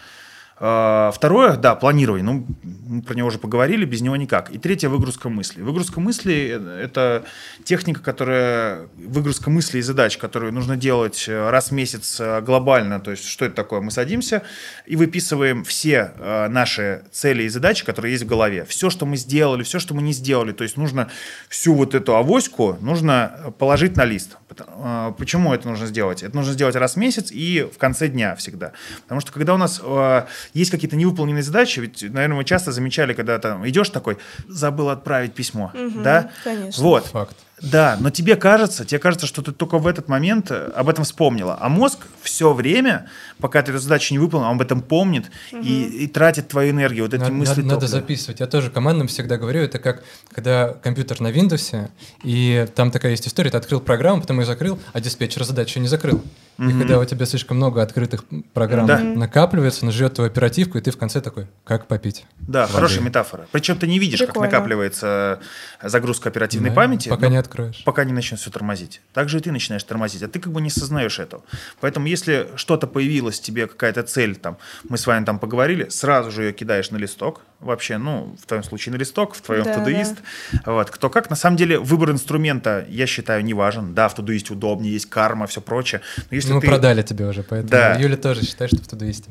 Второе, да, планирование. Ну, мы про него уже поговорили, без него никак. И третье, выгрузка мыслей. Выгрузка мыслей – это техника, которая… Выгрузка мыслей и задач, которую нужно делать раз в месяц глобально. То есть, что это такое? Мы садимся и выписываем все наши цели и задачи, которые есть в голове. Все, что мы сделали, все, что мы не сделали. То есть, нужно всю вот эту авоську нужно положить на лист. Почему это нужно сделать? Это нужно сделать раз в месяц и в конце дня всегда. Потому что, когда у нас… есть какие-то невыполненные задачи, ведь, наверное, мы часто замечали, когда там идешь такой, забыл отправить письмо, угу, да? Конечно. Вот. Факт. Да, но тебе кажется, тебе кажется, что ты только в этот момент об этом вспомнила. А мозг все время, пока ты эту задачу не выполнил, он об этом помнит угу. и, и тратит твою энергию. Вот эти надо, мысли. Надо, надо записывать. Я тоже командам всегда говорю, это как, когда компьютер на Windows, и там такая есть история, ты открыл программу, потом ее закрыл, а диспетчер задачу не закрыл. И угу. когда у тебя слишком много открытых программ да. накапливается, он жрет твою оперативку, и ты в конце такой, как попить? Да, воды. Хорошая метафора. Причем ты не видишь, Прикольно. Как накапливается загрузка оперативной да, памяти. Пока не откроешь. Пока не начнет все тормозить. Так же и ты начинаешь тормозить, а ты как бы не сознаешь этого. Поэтому если что-то появилось, тебе какая-то цель, там, мы с вами там поговорили, сразу же ее кидаешь на листок. Вообще, ну, в твоем случае на листок, в твоем да, тудуист. Да. Вот. Кто как. На самом деле выбор инструмента, я считаю, не важен. Да, в тудуисте удобнее, есть карма, все прочее. Но если Мы ты... продали тебе уже, поэтому да. Юля тоже считает, что в тудуисте.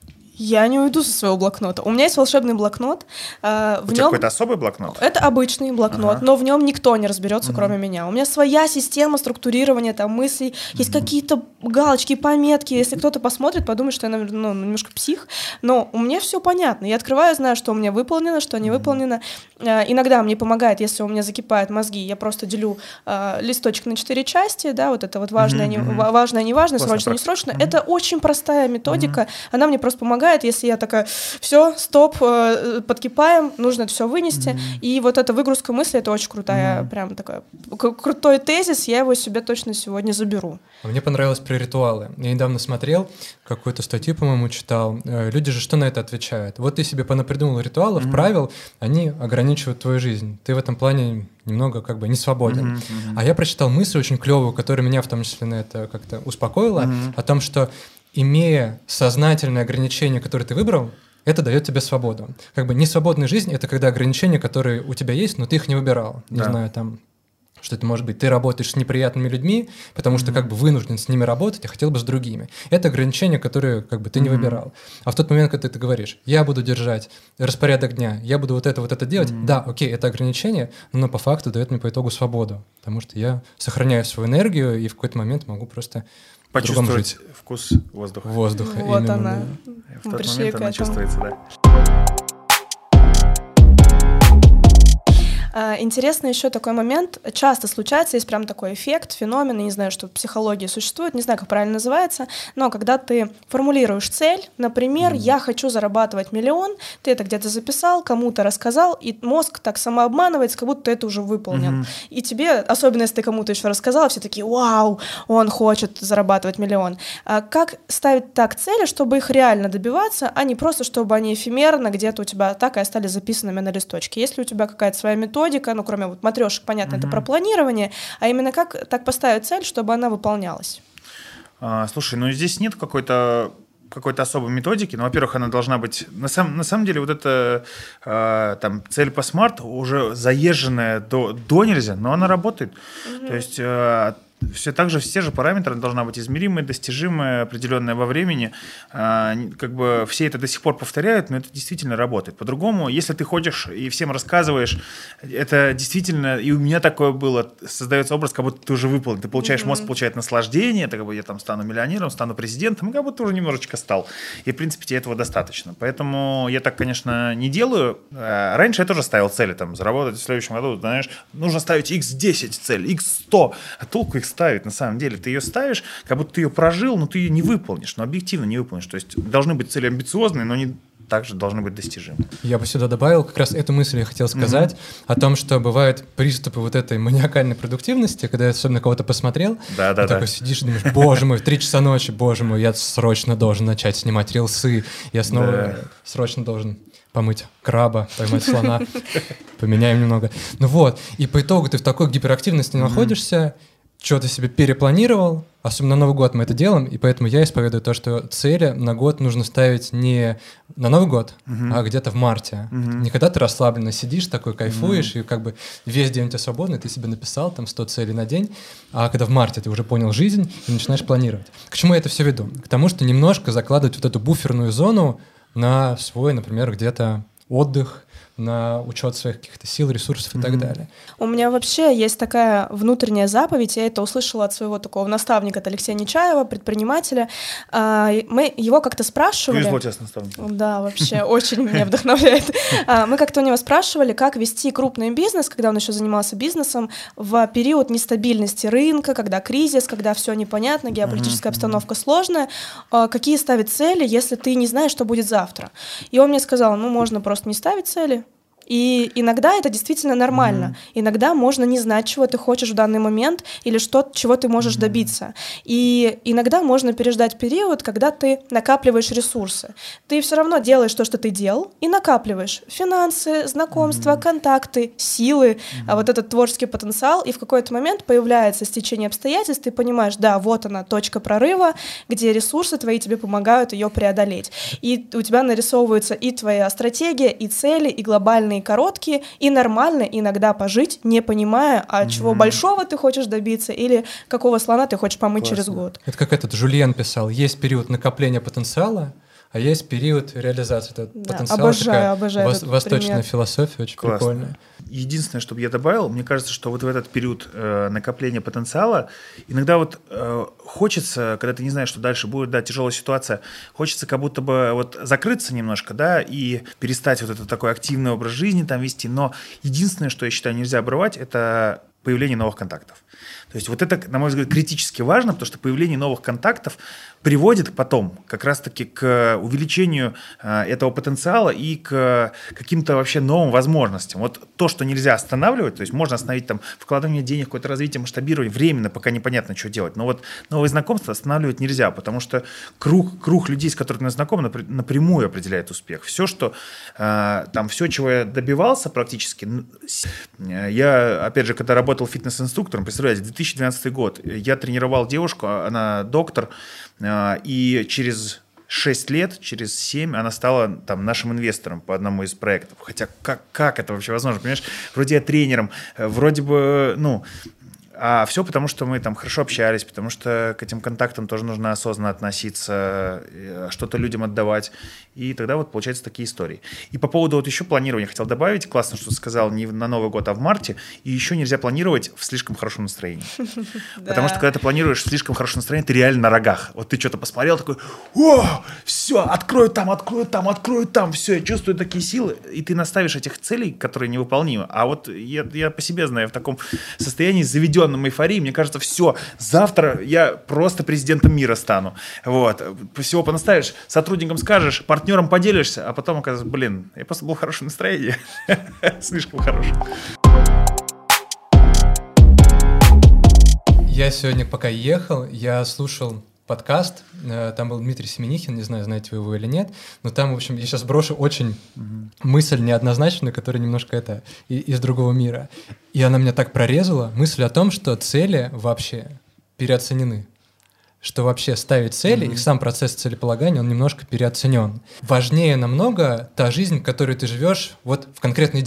Я не уйду со своего блокнота. У меня есть волшебный блокнот. Э, в У тебя нем... какой-то особый блокнот? Это обычный блокнот, ага. но в нем никто не разберется, угу. кроме меня. У меня своя система структурирования там, мыслей. Есть угу. какие-то галочки, пометки. Если кто-то посмотрит, подумает, что я, наверное, ну, немножко псих. Но у меня все понятно. Я открываю, знаю, что у меня выполнено, что не угу. выполнено. Э, иногда мне помогает, если у меня закипают мозги, я просто делю э, листочек на четыре части. Да, вот это вот важное, угу. не, важное, неважное, срочно, не срочно. Угу. Это очень простая методика. Угу. Она мне просто помогает. Если я такая, все, стоп, подкипаем, нужно это все вынести. Mm-hmm. И вот эта выгрузка мысли, это очень крутая, mm-hmm. прям такая, крутой тезис, я его себе точно сегодня заберу. Мне понравилось про ритуалы. Я недавно смотрел, какую-то статью, по-моему, читал. Люди же что на это отвечают? Вот ты себе понапридумал ритуалов, mm-hmm. правил, они ограничивают твою жизнь. Ты в этом плане немного как бы не свободен. Mm-hmm. Mm-hmm. А я прочитал мысль очень клевую, которая меня в том числе на это как-то успокоила, mm-hmm. о том, что имея сознательное ограничение, которое ты выбрал, это дает тебе свободу. Как бы несвободная жизнь — это когда ограничения, которые у тебя есть, но ты их не выбирал. Не да. знаю, там, что это может быть. Ты работаешь с неприятными людьми, потому mm-hmm. что как бы вынужден с ними работать, а хотел бы с другими. Это ограничения, которые как бы ты mm-hmm. не выбирал. А в тот момент, когда ты говоришь, я буду держать распорядок дня, я буду вот это, вот это делать, mm-hmm. да, окей, это ограничение, но по факту дает мне по итогу свободу, потому что я сохраняю свою энергию и в какой-то момент могу просто почувствовать вкус воздуха. Воздуха, вот именно, она. Да. В тот момент она чувствуется, да. Интересный еще такой момент. Часто случается, есть прям такой эффект, феномен, я не знаю, что в психологии существует, не знаю, как правильно называется, но когда ты формулируешь цель, например, mm-hmm. я хочу зарабатывать миллион, ты это где-то записал, кому-то рассказал, и мозг так самообманывается, как будто ты это уже выполнил. Mm-hmm. И тебе, особенно если ты кому-то еще рассказал, все такие, вау, он хочет зарабатывать миллион. А как ставить так цели, чтобы их реально добиваться, а не просто, чтобы они эфемерно где-то у тебя так и остались записанными на листочке? Если у тебя какая-то своя методика, ну, кроме вот матрешек, понятно, mm-hmm. это про планирование, а именно как так поставить цель, чтобы она выполнялась? А, слушай, ну здесь нет какой-то какой-то особой методики, но, во-первых, она должна быть... На, сам, на самом деле вот эта э, там, цель по смарту уже заезженная до, до нельзя, но она работает. Mm-hmm. То есть... Э, все так же, все же параметры должна быть измеримая, достижимая, определенная во времени. А, как бы все это до сих пор повторяют, но это действительно работает. По-другому, если ты ходишь и всем рассказываешь, это действительно, и у меня такое было, создается образ, как будто ты уже выполнил. Ты получаешь, mm-hmm. мозг получает наслаждение, так как бы я там стану миллионером, стану президентом, и как будто уже немножечко стал. И, в принципе, тебе этого достаточно. Поэтому я так, конечно, не делаю. Раньше я тоже ставил цели, там, заработать в следующем году, знаешь, нужно ставить икс десять цель, икс сто, а толку их ставить, на самом деле. Ты ее ставишь, как будто ты ее прожил, но ты ее не выполнишь, но объективно не выполнишь. То есть должны быть цели амбициозные, но они также должны быть достижимы. Я бы сюда добавил как раз эту мысль, я хотел сказать, mm-hmm. о том, что бывают приступы вот этой маниакальной продуктивности, когда я особенно кого-то посмотрел, да, да, и да. такой сидишь и думаешь, боже мой, в три часа ночи, боже мой, я срочно должен начать снимать рилсы, я снова да. срочно должен помыть краба, поймать слона, поменяем немного. Ну вот, и по итогу ты в такой гиперактивности находишься, что-то себе перепланировал, особенно на Новый год мы это делаем, и поэтому я исповедую то, что цели на год нужно ставить не на Новый год, uh-huh. а где-то в марте. Uh-huh. Не когда ты расслабленно сидишь, такой кайфуешь, uh-huh. и как бы весь день у тебя свободный, ты себе написал там сто целей на день, а когда в марте ты уже понял жизнь и начинаешь планировать. К чему я это все веду? К тому, что немножко закладывать вот эту буферную зону на свой, например, где-то отдых, на учет своих каких-то сил, ресурсов и mm-hmm. так далее. У меня вообще есть такая внутренняя заповедь, я это услышала от своего такого наставника, от Алексея Нечаева, предпринимателя. Мы его как-то спрашивали... Повезло тебе с наставником. Да, вообще очень меня вдохновляет. Мы как-то у него спрашивали, как вести крупный бизнес, когда он еще занимался бизнесом, в период нестабильности рынка, когда кризис, когда все непонятно, геополитическая обстановка сложная, какие ставить цели, если ты не знаешь, что будет завтра. И он мне сказал, ну, можно просто не ставить цели, и иногда это действительно нормально. Mm-hmm. Иногда можно не знать, чего ты хочешь в данный момент или что, чего ты можешь mm-hmm. добиться. И иногда можно переждать период, когда ты накапливаешь ресурсы. Ты все равно делаешь то, что ты делал, и накапливаешь финансы, знакомства, mm-hmm. контакты, силы, mm-hmm. а вот этот творческий потенциал, и в какой-то момент появляется стечение обстоятельств, ты понимаешь, да, вот она, точка прорыва, где ресурсы твои тебе помогают ее преодолеть. И у тебя нарисовывается и твоя стратегия, и цели, и глобальные короткие, и нормально иногда пожить, не понимая, а mm-hmm. чего большого ты хочешь добиться или какого слона ты хочешь помыть Классно. Через год. Это как этот Жульен писал, есть период накопления потенциала, а есть период реализации этого да, потенциала. Обожаю, такая обожаю вос- восточная пример. Философия, очень Классно. Прикольная. Единственное, что я добавил, мне кажется, что вот в этот период э, накопления потенциала иногда вот э, хочется, когда ты не знаешь, что дальше будет, да, тяжелая ситуация, хочется как будто бы вот закрыться немножко, да, и перестать вот этот такой активный образ жизни там вести, но единственное, что я считаю нельзя обрывать, это появление новых контактов. То есть вот это, на мой взгляд, критически важно, потому что появление новых контактов приводит потом как раз-таки к увеличению э, этого потенциала и к каким-то вообще новым возможностям. Вот то, что нельзя останавливать, то есть можно остановить там вкладывание денег, какое-то развитие, масштабирование, временно, пока непонятно, что делать. Но вот новые знакомства останавливать нельзя, потому что круг, круг людей, с которыми ты знаком, напрямую определяет успех. Все, что э, там, все, чего я добивался практически, я, опять же, когда работал фитнес-инструктором, представляете, две тысячи двенадцатый год, я тренировал девушку, она доктор, и через шесть лет, через семь она стала там нашим инвестором по одному из проектов. Хотя как, как это вообще возможно? Понимаешь, вроде я тренером, вроде бы, ну... А все потому, что мы там хорошо общались, потому что к этим контактам тоже нужно осознанно относиться, что-то людям отдавать. И тогда вот получаются такие истории. И по поводу вот еще планирования хотел добавить. Классно, что сказал, не на Новый год, а в марте. И еще нельзя планировать в слишком хорошем настроении. Потому что когда ты планируешь в слишком хорошем настроении, ты реально на рогах. Вот ты что-то посмотрел, такой, о, все, открою там, открою там, открою там, все, я чувствую такие силы. И ты наставишь этих целей, которые невыполнимы. А вот я, я по себе знаю, в таком состоянии заведен эйфории, мне кажется, все, завтра я просто президентом мира стану. Вот. Всего понаставишь, сотрудникам скажешь, партнерам поделишься, а потом оказывается, блин, я просто был в хорошем настроении. Слишком хорошем. Я сегодня, пока ехал, я слушал подкаст, там был Дмитрий Семенихин, не знаю, знаете вы его или нет, но там, в общем, я сейчас брошу очень mm-hmm. мысль неоднозначную, которая немножко это из другого мира. И она меня так прорезала, мысль о том, что цели вообще переоценены. Что вообще ставить цели, mm-hmm. и сам процесс целеполагания, он немножко переоценен. Важнее намного та жизнь, которой ты живешь вот в конкретный день.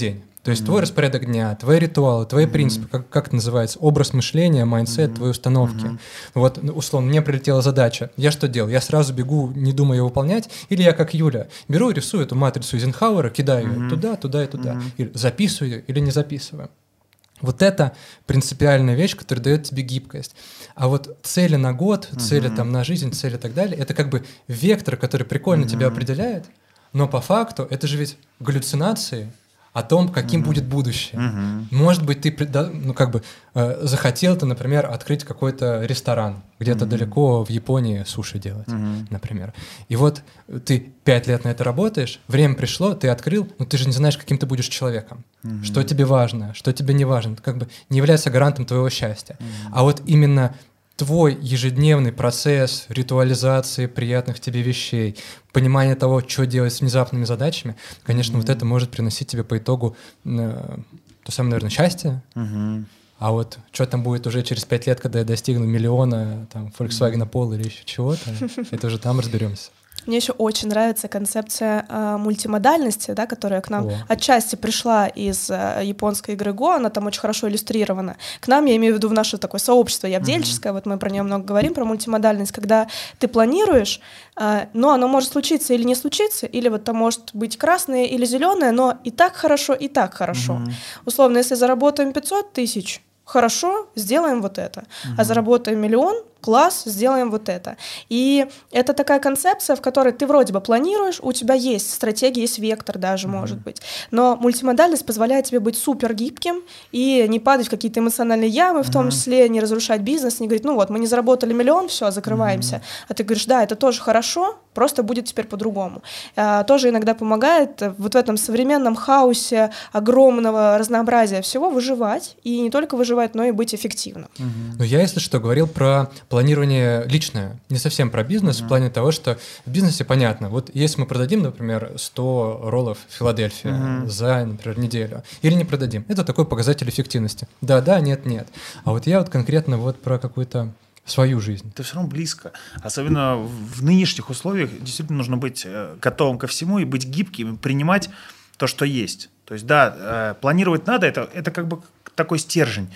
То есть mm-hmm. твой распорядок дня, твои ритуалы, твои mm-hmm. принципы, как, как это называется, образ мышления, майндсет, mm-hmm. твои установки. Mm-hmm. Вот, условно, мне прилетела задача. Я что делал? Я сразу бегу, не думая ее выполнять, или я, как Юля, беру и рисую эту матрицу Эйзенхауэра, кидаю mm-hmm. ее туда, туда и туда, mm-hmm. и записываю ее или не записываю. Вот это принципиальная вещь, которая дает тебе гибкость. А вот цели на год, цели uh-huh. там на жизнь, цели и так далее, это как бы вектор, который прикольно uh-huh. тебя определяет, но по факту это же ведь галлюцинации о том, каким uh-huh. будет будущее. Uh-huh. Может быть, ты ну, как бы, э, захотел ты, например, открыть какой-то ресторан, где-то uh-huh. далеко в Японии суши делать, uh-huh. например. И вот ты пять лет на это работаешь, время пришло, ты открыл, но ты же не знаешь, каким ты будешь человеком. Uh-huh. Что тебе важно, что тебе не важно. Это как бы не является гарантом твоего счастья. Uh-huh. А вот именно твой ежедневный процесс ритуализации приятных тебе вещей, понимание того, что делать с внезапными задачами, конечно, mm-hmm. вот это может приносить тебе по итогу э, то самое, наверное, счастье. Mm-hmm. А вот что там будет уже через пять лет, когда я достигну миллиона, там, Volkswagen Polo или еще чего-то, это уже там разберемся. Мне еще очень нравится концепция э, мультимодальности, да, которая к нам О. отчасти пришла из э, японской игры Го, она там очень хорошо иллюстрирована. К нам, я имею в виду в наше такое сообщество явдельческое, mm-hmm. вот мы про нее много говорим, про мультимодальность, когда ты планируешь, э, но оно может случиться или не случиться, или вот там может быть красное или зеленое, но и так хорошо, и так хорошо. Mm-hmm. Условно, если заработаем пятьсот тысяч, хорошо, сделаем вот это, mm-hmm. а заработаем миллион, класс, сделаем вот это. И это такая концепция, в которой ты вроде бы планируешь, у тебя есть стратегия, есть вектор даже, mm-hmm. может быть, но мультимодальность позволяет тебе быть супер гибким и не падать в какие-то эмоциональные ямы, в mm-hmm. том числе не разрушать бизнес, не говорить, ну вот, мы не заработали миллион, все, закрываемся. Mm-hmm. А ты говоришь, да, это тоже хорошо, просто будет теперь по-другому. А, тоже иногда помогает вот в этом современном хаосе огромного разнообразия всего выживать, и не только выживать, но и быть эффективным. Mm-hmm. Ну, я, если что, говорил про планирование личное, не совсем про бизнес, mm-hmm. в плане того, что в бизнесе понятно, вот если мы продадим, например, сто роллов Филадельфия mm-hmm. за, например, неделю, или не продадим, это такой показатель эффективности. Да, да, нет, нет. А вот я вот конкретно вот про какую-то свою жизнь. Это все равно близко. Особенно в нынешних условиях действительно нужно быть готовым ко всему и быть гибким, и принимать то, что есть. То есть, да, планировать надо, это, это как бы такой стержень.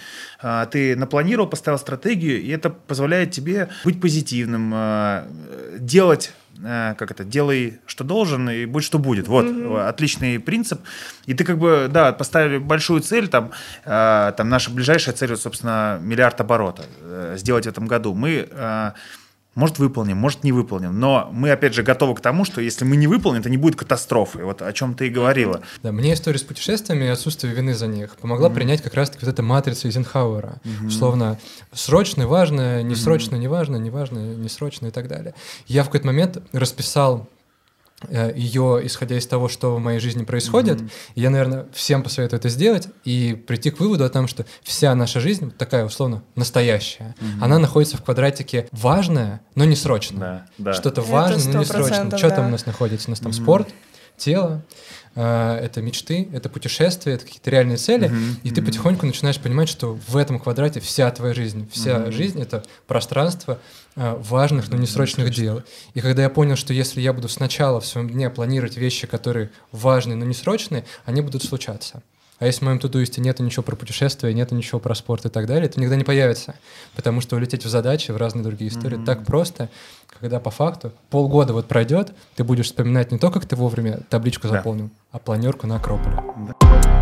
Ты напланировал, поставил стратегию, и это позволяет тебе быть позитивным, делать, как это, делай, что должен, и будь, что будет. Вот, mm-hmm. отличный принцип. И ты как бы, да, поставили большую цель, там, там наша ближайшая цель, собственно, миллиард оборота сделать в этом году. Мы... Может, выполним, может, не выполним. Но мы, опять же, готовы к тому, что если мы не выполним, это не будет катастрофы. Вот о чем ты и говорила. Да, мне история с путешествиями и отсутствие вины за них помогла mm-hmm. принять как раз-таки вот эта матрица Эйзенхауэра. Mm-hmm. Условно, срочно, важно, несрочно, mm-hmm. неважно, неважно, несрочно и так далее. Я в какой-то момент расписал ее, исходя из того, что в моей жизни происходит. Mm-hmm. И я, наверное, всем посоветую это сделать и прийти к выводу о том, что вся наша жизнь, такая условно настоящая, mm-hmm. она находится в квадратике важное, но не срочное. Да, да. Что-то важное, но не срочное. Что да. там у нас находится? У нас там mm-hmm. спорт, тело, э, это мечты, это путешествия, это какие-то реальные цели. Mm-hmm. И ты потихоньку начинаешь понимать, что в этом квадрате вся твоя жизнь. Вся mm-hmm. жизнь — это пространство важных, но несрочных mm-hmm. дел. И когда я понял, что если я буду сначала в своем дне планировать вещи, которые важные, но несрочные, они будут случаться. А если в моем тудуисте нету ничего про путешествия, нету ничего про спорт и так далее, это никогда не появится. Потому что улететь в задачи, в разные другие истории mm-hmm. так просто, когда по факту полгода вот пройдет, ты будешь вспоминать не то, как ты вовремя табличку да. заполнил, а планерку на Акрополе. Да.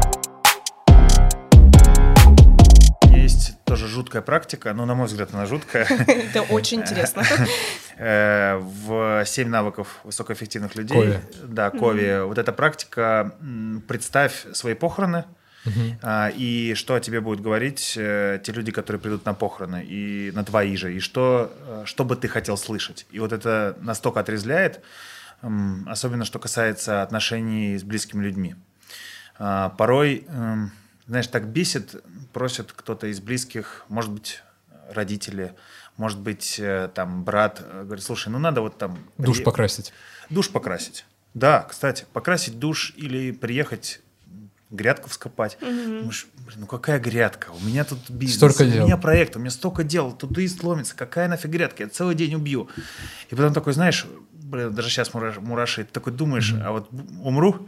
Тоже жуткая практика, но, на мой взгляд, она жуткая. Это очень интересно. В «Семь навыков высокоэффективных людей». Кови. Да, Кови. Вот эта практика, представь свои похороны, и что о тебе будут говорить те люди, которые придут на похороны, и на твои же, и что, что бы ты хотел слышать. И вот это настолько отрезвляет, особенно что касается отношений с близкими людьми. Порой... Знаешь, так бесит, просит кто-то из близких, может быть, родители, может быть, там, брат, говорит, слушай, ну надо вот там... Душ при... покрасить. Душ покрасить. Да, кстати, покрасить душ или приехать грядку вскопать. Mm-hmm. Думаешь, блин, ну какая грядка? У меня тут бизнес, столько у дел. меня проект, у меня столько дел, тудуист ломится, какая нафиг грядка, я целый день убью. И потом такой, знаешь, блин, даже сейчас мурашит, ты такой думаешь, mm-hmm. а вот умру,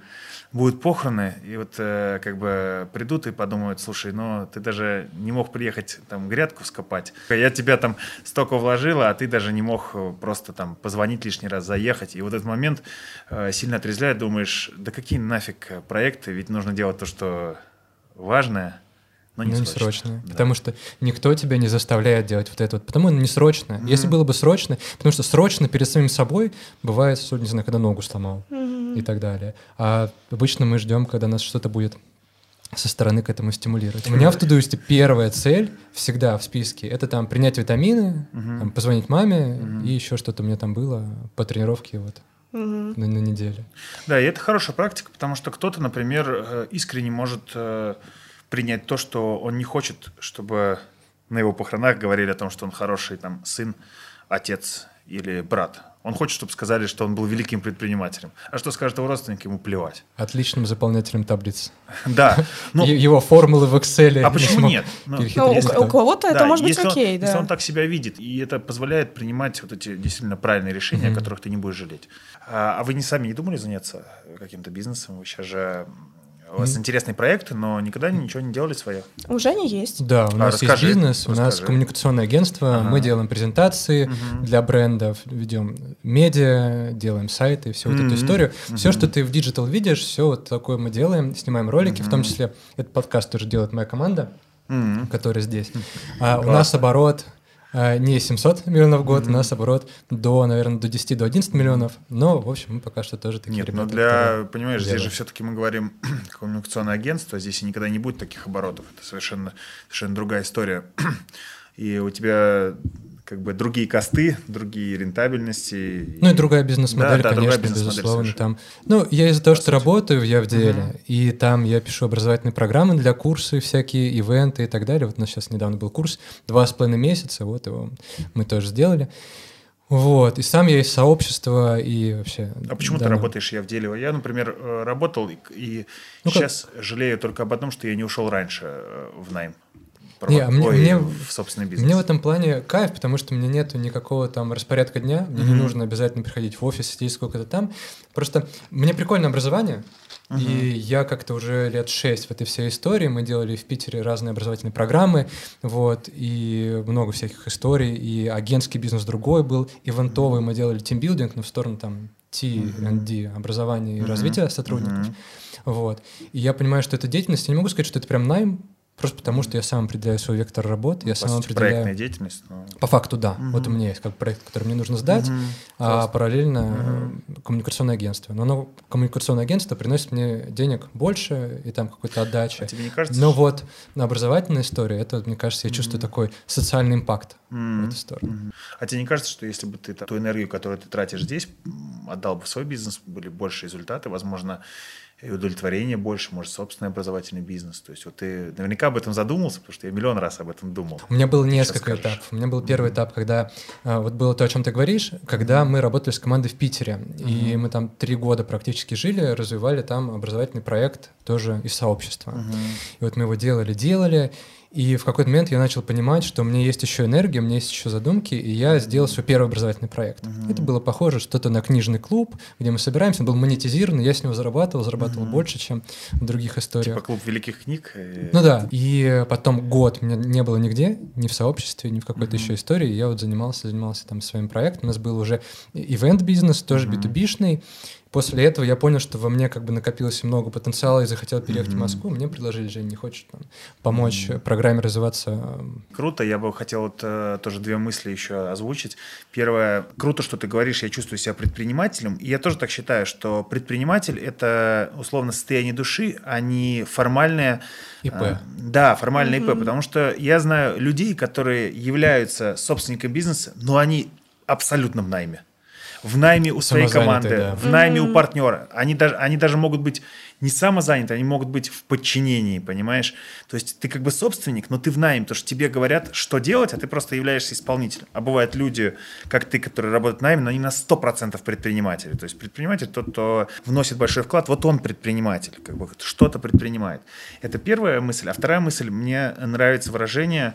будут похороны, и вот э, как бы придут и подумают, слушай, ну ты даже не мог приехать там грядку вскопать. Я тебя там столько вложила, а ты даже не мог просто там позвонить лишний раз, заехать. И вот этот момент э, сильно отрезвляет, думаешь, да какие нафиг проекты, ведь нужно делать то, что важное, но не ну, срочно. не срочно. Да. Потому что никто тебя не заставляет делать вот это вот. Потому что не срочно. Mm-hmm. Если было бы срочно, потому что срочно перед самим собой бывает, не знаю, когда ногу сломал mm-hmm. и так далее. А обычно мы ждем, когда нас что-то будет со стороны к этому стимулировать. У меня в Тудуисте первая цель всегда в списке — это там принять витамины, mm-hmm. там, позвонить маме mm-hmm. и еще что-то у меня там было по тренировке вот. Mm-hmm. На, на неделю. Да, и это хорошая практика, потому что кто-то, например, искренне может принять то, что он не хочет, чтобы на его похоронах говорили о том, что он хороший там сын, отец или брат. Он хочет, чтобы сказали, что он был великим предпринимателем. А что скажет его родственник, ему плевать. Отличным заполнятелем таблиц. Да. Но... Его формулы в Excel. А почему нет? Ну, у, у кого-то это да, может быть он, окей. Да. Если он так себя видит, и это позволяет принимать вот эти действительно правильные решения, mm-hmm. о которых ты не будешь жалеть. А, а вы не сами не думали заняться каким-то бизнесом? Вы сейчас же... У вас mm-hmm. интересные проекты, но никогда ничего не делали свое? Уже не есть. Да, у нас а, расскажи, есть бизнес, расскажи. у нас коммуникационное агентство, ага. мы делаем презентации mm-hmm. для брендов, ведем медиа, делаем сайты, всю mm-hmm. вот эту историю. Mm-hmm. Все, что ты в диджитал видишь, все вот такое мы делаем, снимаем ролики, mm-hmm. в том числе этот подкаст тоже делает моя команда, mm-hmm. которая здесь. А у нас оборот... Не семьсот миллионов в год, mm-hmm. у нас оборот до, наверное, до десять до одиннадцати миллионов, но, в общем, мы пока что тоже такие Нет, ребята. Нет, но для, понимаешь, делают. Здесь же все-таки мы говорим коммуникационное агентство, здесь и никогда не будет таких оборотов, это совершенно, совершенно другая история. И у тебя как бы другие косты, другие рентабельности. Ну и другая бизнес-модель, да, да, конечно, безусловно. Там. Ну, я из-за того, что работаю в Явделе, uh-huh. и там я пишу образовательные программы для курсы, всякие ивенты и так далее. Вот у нас сейчас недавно был курс, два с половиной месяца, вот его мы тоже сделали. Вот, и сам я из сообщества, и вообще... А почему да, ты работаешь в Явделе? Я, например, работал, и, и ну, сейчас как? жалею только об одном, что я не ушел раньше в найм. Не, мне, мне, в собственный бизнес. Мне в этом плане кайф, потому что у меня нету никакого там распорядка дня, мне mm-hmm. не нужно обязательно приходить в офис, сидеть сколько-то там. Просто мне прикольное образование, uh-huh. и я как-то уже лет шесть в этой всей истории, мы делали в Питере разные образовательные программы, вот, и много всяких историй, и агентский бизнес другой был, ивентовый, uh-huh. мы делали тимбилдинг, но в сторону там ти энд ди, uh-huh. образования и uh-huh. развития сотрудников, uh-huh. вот. И я понимаю, что это деятельность, я не могу сказать, что это прям найм, просто потому, что я сам определяю свой вектор работы, я по сам определяю... проектная деятельность? Но... По факту, да. Угу. Вот у меня есть как проект, который мне нужно сдать, угу. а параллельно угу. коммуникационное агентство. Но оно, коммуникационное агентство приносит мне денег больше, и там какой-то отдача. А тебе не кажется, Но что... вот образовательная история, это, мне кажется, я чувствую угу. такой социальный импакт угу. в эту сторону. Угу. А тебе не кажется, что если бы ты ту энергию, которую ты тратишь здесь, отдал бы в свой бизнес, были больше результаты, возможно... и удовлетворение больше, может, собственный образовательный бизнес. То есть вот ты наверняка об этом задумался, потому что я миллион раз об этом думал. У меня было несколько этапов. У меня был первый mm-hmm. этап, когда вот было то, о чем ты говоришь, когда мы работали с командой в Питере, mm-hmm. и мы там три года практически жили, развивали там образовательный проект тоже из сообщества. Mm-hmm. И вот мы его делали, делали, и в какой-то момент я начал понимать, что у меня есть еще энергия, у меня есть еще задумки, и я сделал свой первый образовательный проект. Uh-huh. Это было похоже что-то на книжный клуб, где мы собираемся, он был монетизирован, я с него зарабатывал, зарабатывал uh-huh. больше, чем в других историях. Типа клуб великих книг? И... Ну да, и потом год меня не было нигде, ни в сообществе, ни в какой-то uh-huh. еще истории, я вот занимался, занимался там своим проектом, у нас был уже ивент-бизнес, тоже uh-huh. би ту би-шный. После этого я понял, что во мне как бы накопилось много потенциала и захотел переехать mm-hmm. в Москву. Мне предложили: Жень, не хочешь там, помочь mm-hmm. программе развиваться? Круто. Я бы хотел вот, э, тоже две мысли еще озвучить. Первое. Круто, что ты говоришь, я чувствую себя предпринимателем. И я тоже так считаю, что предприниматель – это условно состояние души, а не формальное… ИП. Э, да, формальное mm-hmm. ИП. Потому что я знаю людей, которые являются собственниками бизнеса, но они абсолютно в найме. В найме у своей команды, да. в найме mm-hmm. у партнера. Они даже, они даже могут быть не самозаняты, они могут быть в подчинении, понимаешь? То есть ты как бы собственник, но ты в найме, потому что тебе говорят, что делать, а ты просто являешься исполнителем. А бывают люди, как ты, которые работают в найме, но они на сто процентов предприниматели. То есть предприниматель тот, кто вносит большой вклад, вот он предприниматель, как бы что-то предпринимает. Это первая мысль. А вторая мысль, мне нравится выражение,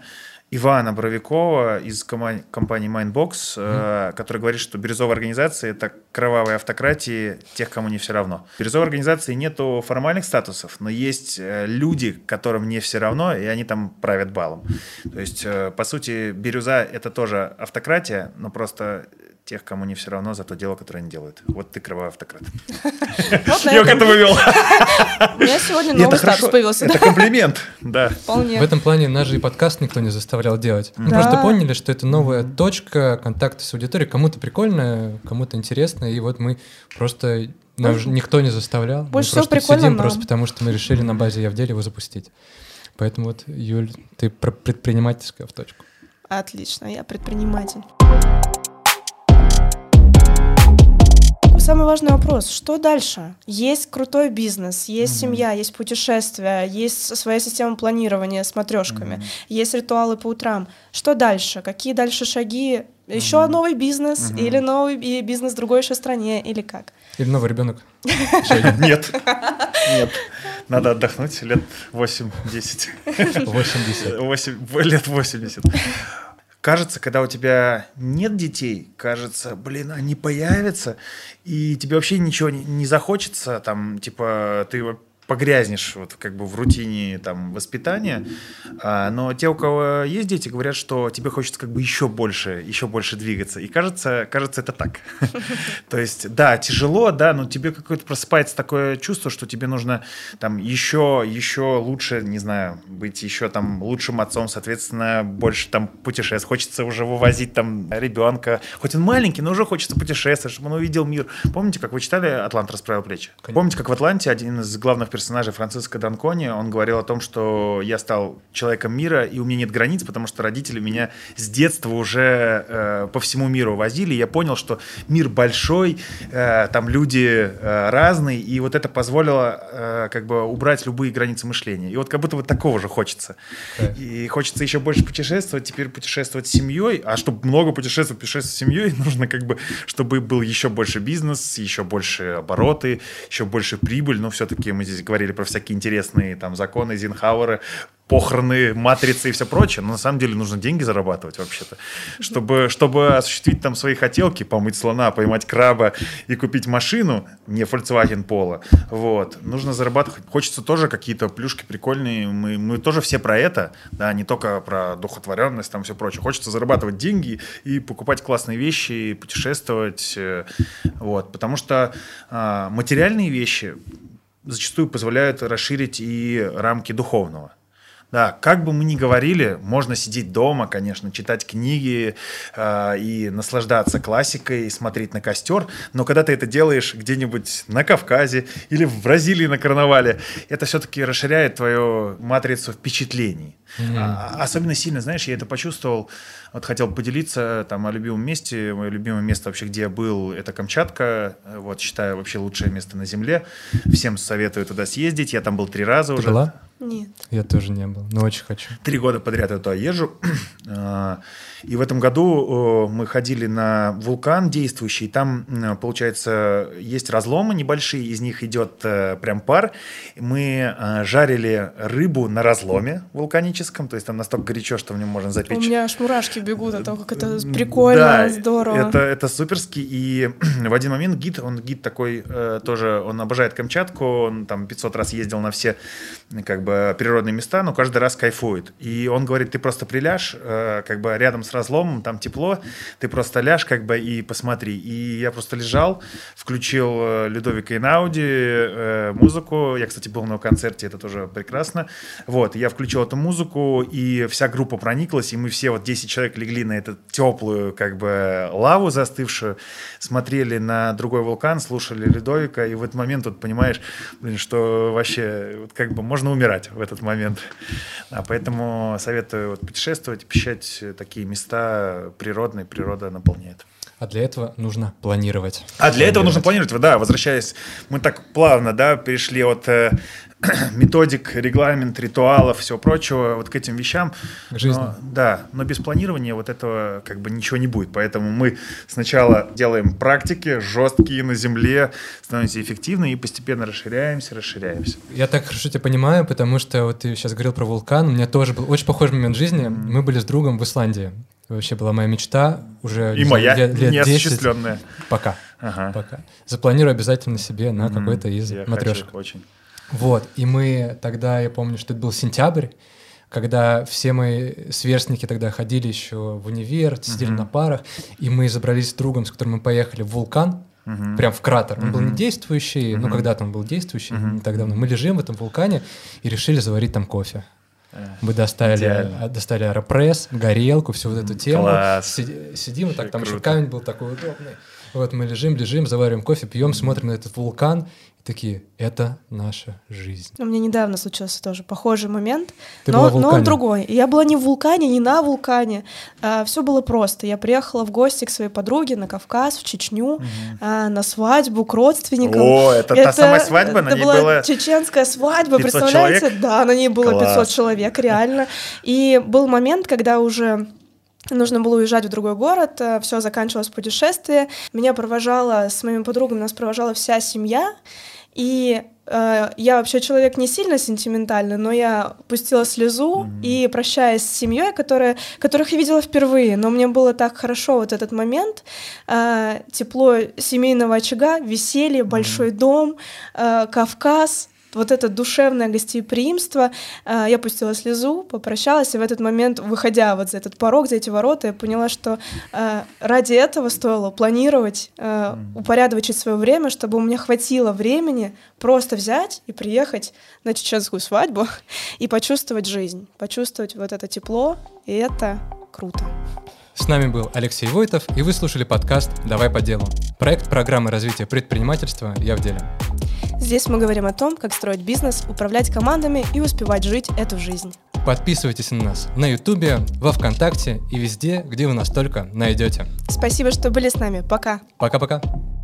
Ивана Боровикова из кома- компании Mindbox, mm-hmm. э, который говорит, что бирюзовая организация — это кровавые автократии тех, кому не все равно. В бирюзовой организации нету формальных статусов, но есть э, люди, которым не все равно, и они там правят балом. То есть, э, по сути, бирюза — это тоже автократия, но просто тех, кому не все равно за то дело, которое они делают. Вот ты кровавый автократ. Я к этому вел. У меня сегодня новый статус появился. Это комплимент, да. В этом плане нас же и подкаст никто не заставлял делать. Мы просто поняли, что это новая точка контакта с аудиторией. Кому-то прикольно, кому-то интересно, и вот мы просто... Нас никто не заставлял. Больше всего прикольно сидим просто потому, что мы решили на базе «Я в деле» его запустить. Поэтому вот, Юль, ты предпринимательская в точку. Отлично, я предприниматель. Самый важный вопрос, что дальше? Есть крутой бизнес, есть mm-hmm. семья, есть путешествия, есть своя система планирования с матрешками, mm-hmm. есть ритуалы по утрам. Что дальше? Какие дальше шаги? Еще mm-hmm. новый бизнес mm-hmm. или новый бизнес в другой еще стране, или как? Или новый ребенок? Нет, нет. Надо отдохнуть лет восемь-десять. восемьдесят. Лет восемьдесят. Кажется, когда у тебя нет детей, кажется, блин, они появятся, и тебе вообще ничего не, не захочется, там, типа, ты погрязнешь вот как бы в рутине там воспитания, а, но те, у кого есть дети, говорят, что тебе хочется как бы еще больше, еще больше двигаться, и кажется, кажется, это так. То есть, да, тяжело, да, но тебе какое-то просыпается такое чувство, что тебе нужно там еще, еще лучше, не знаю, быть еще там лучшим отцом, соответственно, больше там путешествовать, хочется уже вывозить там ребенка, хоть он маленький, но уже хочется путешествовать, чтобы он увидел мир. Помните, как вы читали «Атлант расправил плечи»? Помните, как в «Атланте» один из главных персонажей Франциско Данкони, он говорил о том, что я стал человеком мира, и у меня нет границ, потому что родители меня с детства уже э, по всему миру возили, и я понял, что мир большой, э, там люди э, разные, и вот это позволило э, как бы убрать любые границы мышления. И вот как будто вот такого же хочется. Okay. И хочется еще больше путешествовать, теперь путешествовать с семьей, а чтобы много путешествовать, путешествовать с семьей, нужно как бы, чтобы был еще больше бизнес, еще больше обороты, еще больше прибыль, но все-таки мы здесь говорили про всякие интересные там законы Эйзенхауэра, похороны, матрицы и все прочее, но на самом деле нужно деньги зарабатывать вообще-то, чтобы, чтобы осуществить там свои хотелки, помыть слона, поймать краба и купить машину, не Volkswagen Polo, вот, нужно зарабатывать, хочется тоже какие-то плюшки прикольные, мы, мы тоже все про это, да, не только про духотворенность, там все прочее, хочется зарабатывать деньги и покупать классные вещи, и путешествовать, вот, потому что а, материальные вещи зачастую позволяют расширить и рамки духовного. Да, как бы мы ни говорили, можно сидеть дома, конечно, читать книги э, и наслаждаться классикой, смотреть на костер, но когда ты это делаешь где-нибудь на Кавказе или в Бразилии на карнавале, это все-таки расширяет твою матрицу впечатлений. Mm-hmm. А, особенно сильно, знаешь, я это почувствовал, вот хотел поделиться там о любимом месте, мое любимое место вообще, где я был, это Камчатка, вот считаю вообще лучшее место на земле, всем советую туда съездить, я там был три раза Ты уже. Была? Нет. Я тоже не был, но очень хочу. Три года подряд я туда езжу. И в этом году мы ходили на вулкан действующий. Там, получается, есть разломы небольшие, из них идет прям пар. Мы жарили рыбу на разломе вулканическом, то есть там настолько горячо, что в нем можно запечь. У меня аж мурашки бегут от того, как это прикольно, да, здорово. Это, это суперски. И в один момент гид, он гид такой тоже, он обожает Камчатку, он там пятьсот раз ездил на все как бы природные места, но каждый раз кайфует. И он говорит, ты просто приляжь, э, как бы рядом с разломом, там тепло, ты просто ляжь как бы и посмотри. И я просто лежал, включил э, Людовико Эйнауди, э, музыку. Я, кстати, был на его концерте, это тоже прекрасно. Вот, я включил эту музыку, и вся группа прониклась, и мы все, вот десять человек легли на эту теплую как бы лаву застывшую, смотрели на другой вулкан, слушали Людовико, и в этот момент вот понимаешь, блин, что вообще вот как бы можно умирать в этот момент. А поэтому советую вот, путешествовать, посещать такие места природные, природа наполняет. А для этого нужно планировать. А для этого нужно планировать. Да, возвращаясь, мы так плавно, да, перешли от э, методик, регламент, ритуалов, всего прочего, вот к этим вещам. К жизни. Но, да, но без планирования вот этого как бы ничего не будет. Поэтому мы сначала делаем практики жесткие на земле, становимся эффективны и постепенно расширяемся, расширяемся. Я так хорошо тебя понимаю, потому что вот ты сейчас говорил про вулкан, у меня тоже был очень похожий момент жизни. Mm-hmm. Мы были с другом в Исландии. Вообще была моя мечта уже и моя лет, лет неосуществленная. десять. Пока. Ага. Пока. Запланирую обязательно себе на mm-hmm. какой-то из я матрешек. Очень. Вот. И мы тогда, я помню, что это был сентябрь, когда все мои сверстники тогда ходили еще в универ, сидели mm-hmm. на парах, и мы забрались с другом, с которым мы поехали в вулкан, mm-hmm. прям в кратер. Он mm-hmm. был не действующий, mm-hmm. ну когда-то он был действующий, mm-hmm. не так давно. Мы лежим в этом вулкане и решили заварить там кофе. Мы достали, достали аэропресс, горелку, всю вот эту тему. Класс. Сидим, сидим, вот так, там круто. еще камень был такой удобный. Вот мы лежим, лежим, завариваем кофе, пьем, смотрим на этот вулкан. И такие, это наша жизнь. У меня недавно случился тоже похожий момент, Ты но, была в вулкане. но он другой. И я была не в вулкане, не на вулкане. А, все было просто. Я приехала в гости к своей подруге на Кавказ, в Чечню, угу. а, на свадьбу к родственникам. О, это, это та самая свадьба? На это ней была было чеченская свадьба, представляете? человек? Да, на ней было Класс. пятьсот человек, реально. И был момент, когда уже нужно было уезжать в другой город, все заканчивалось путешествие. Меня провожала, с моими подругами нас провожала вся семья, и э, я вообще человек не сильно сентиментальный, но я пустила слезу, mm-hmm. и прощаясь с семьей, которая, которых я видела впервые, но мне было так хорошо вот этот момент, э, тепло семейного очага, веселье, большой mm-hmm. дом, э, Кавказ, вот это душевное гостеприимство, э, я пустила слезу, попрощалась, и в этот момент, выходя вот за этот порог, за эти ворота, я поняла, что э, ради этого стоило планировать, э, упорядочить свое время, чтобы у меня хватило времени просто взять и приехать на чеченскую свадьбу и почувствовать жизнь, почувствовать вот это тепло, и это круто. С нами был Алексей Войтов, и вы слушали подкаст «Давай по делу». Проект программы развития предпринимательства «Я в деле». Здесь мы говорим о том, как строить бизнес, управлять командами и успевать жить эту жизнь. Подписывайтесь на нас на Ютубе, во Вконтакте и везде, где вы нас только найдете. Спасибо, что были с нами. Пока. Пока-пока.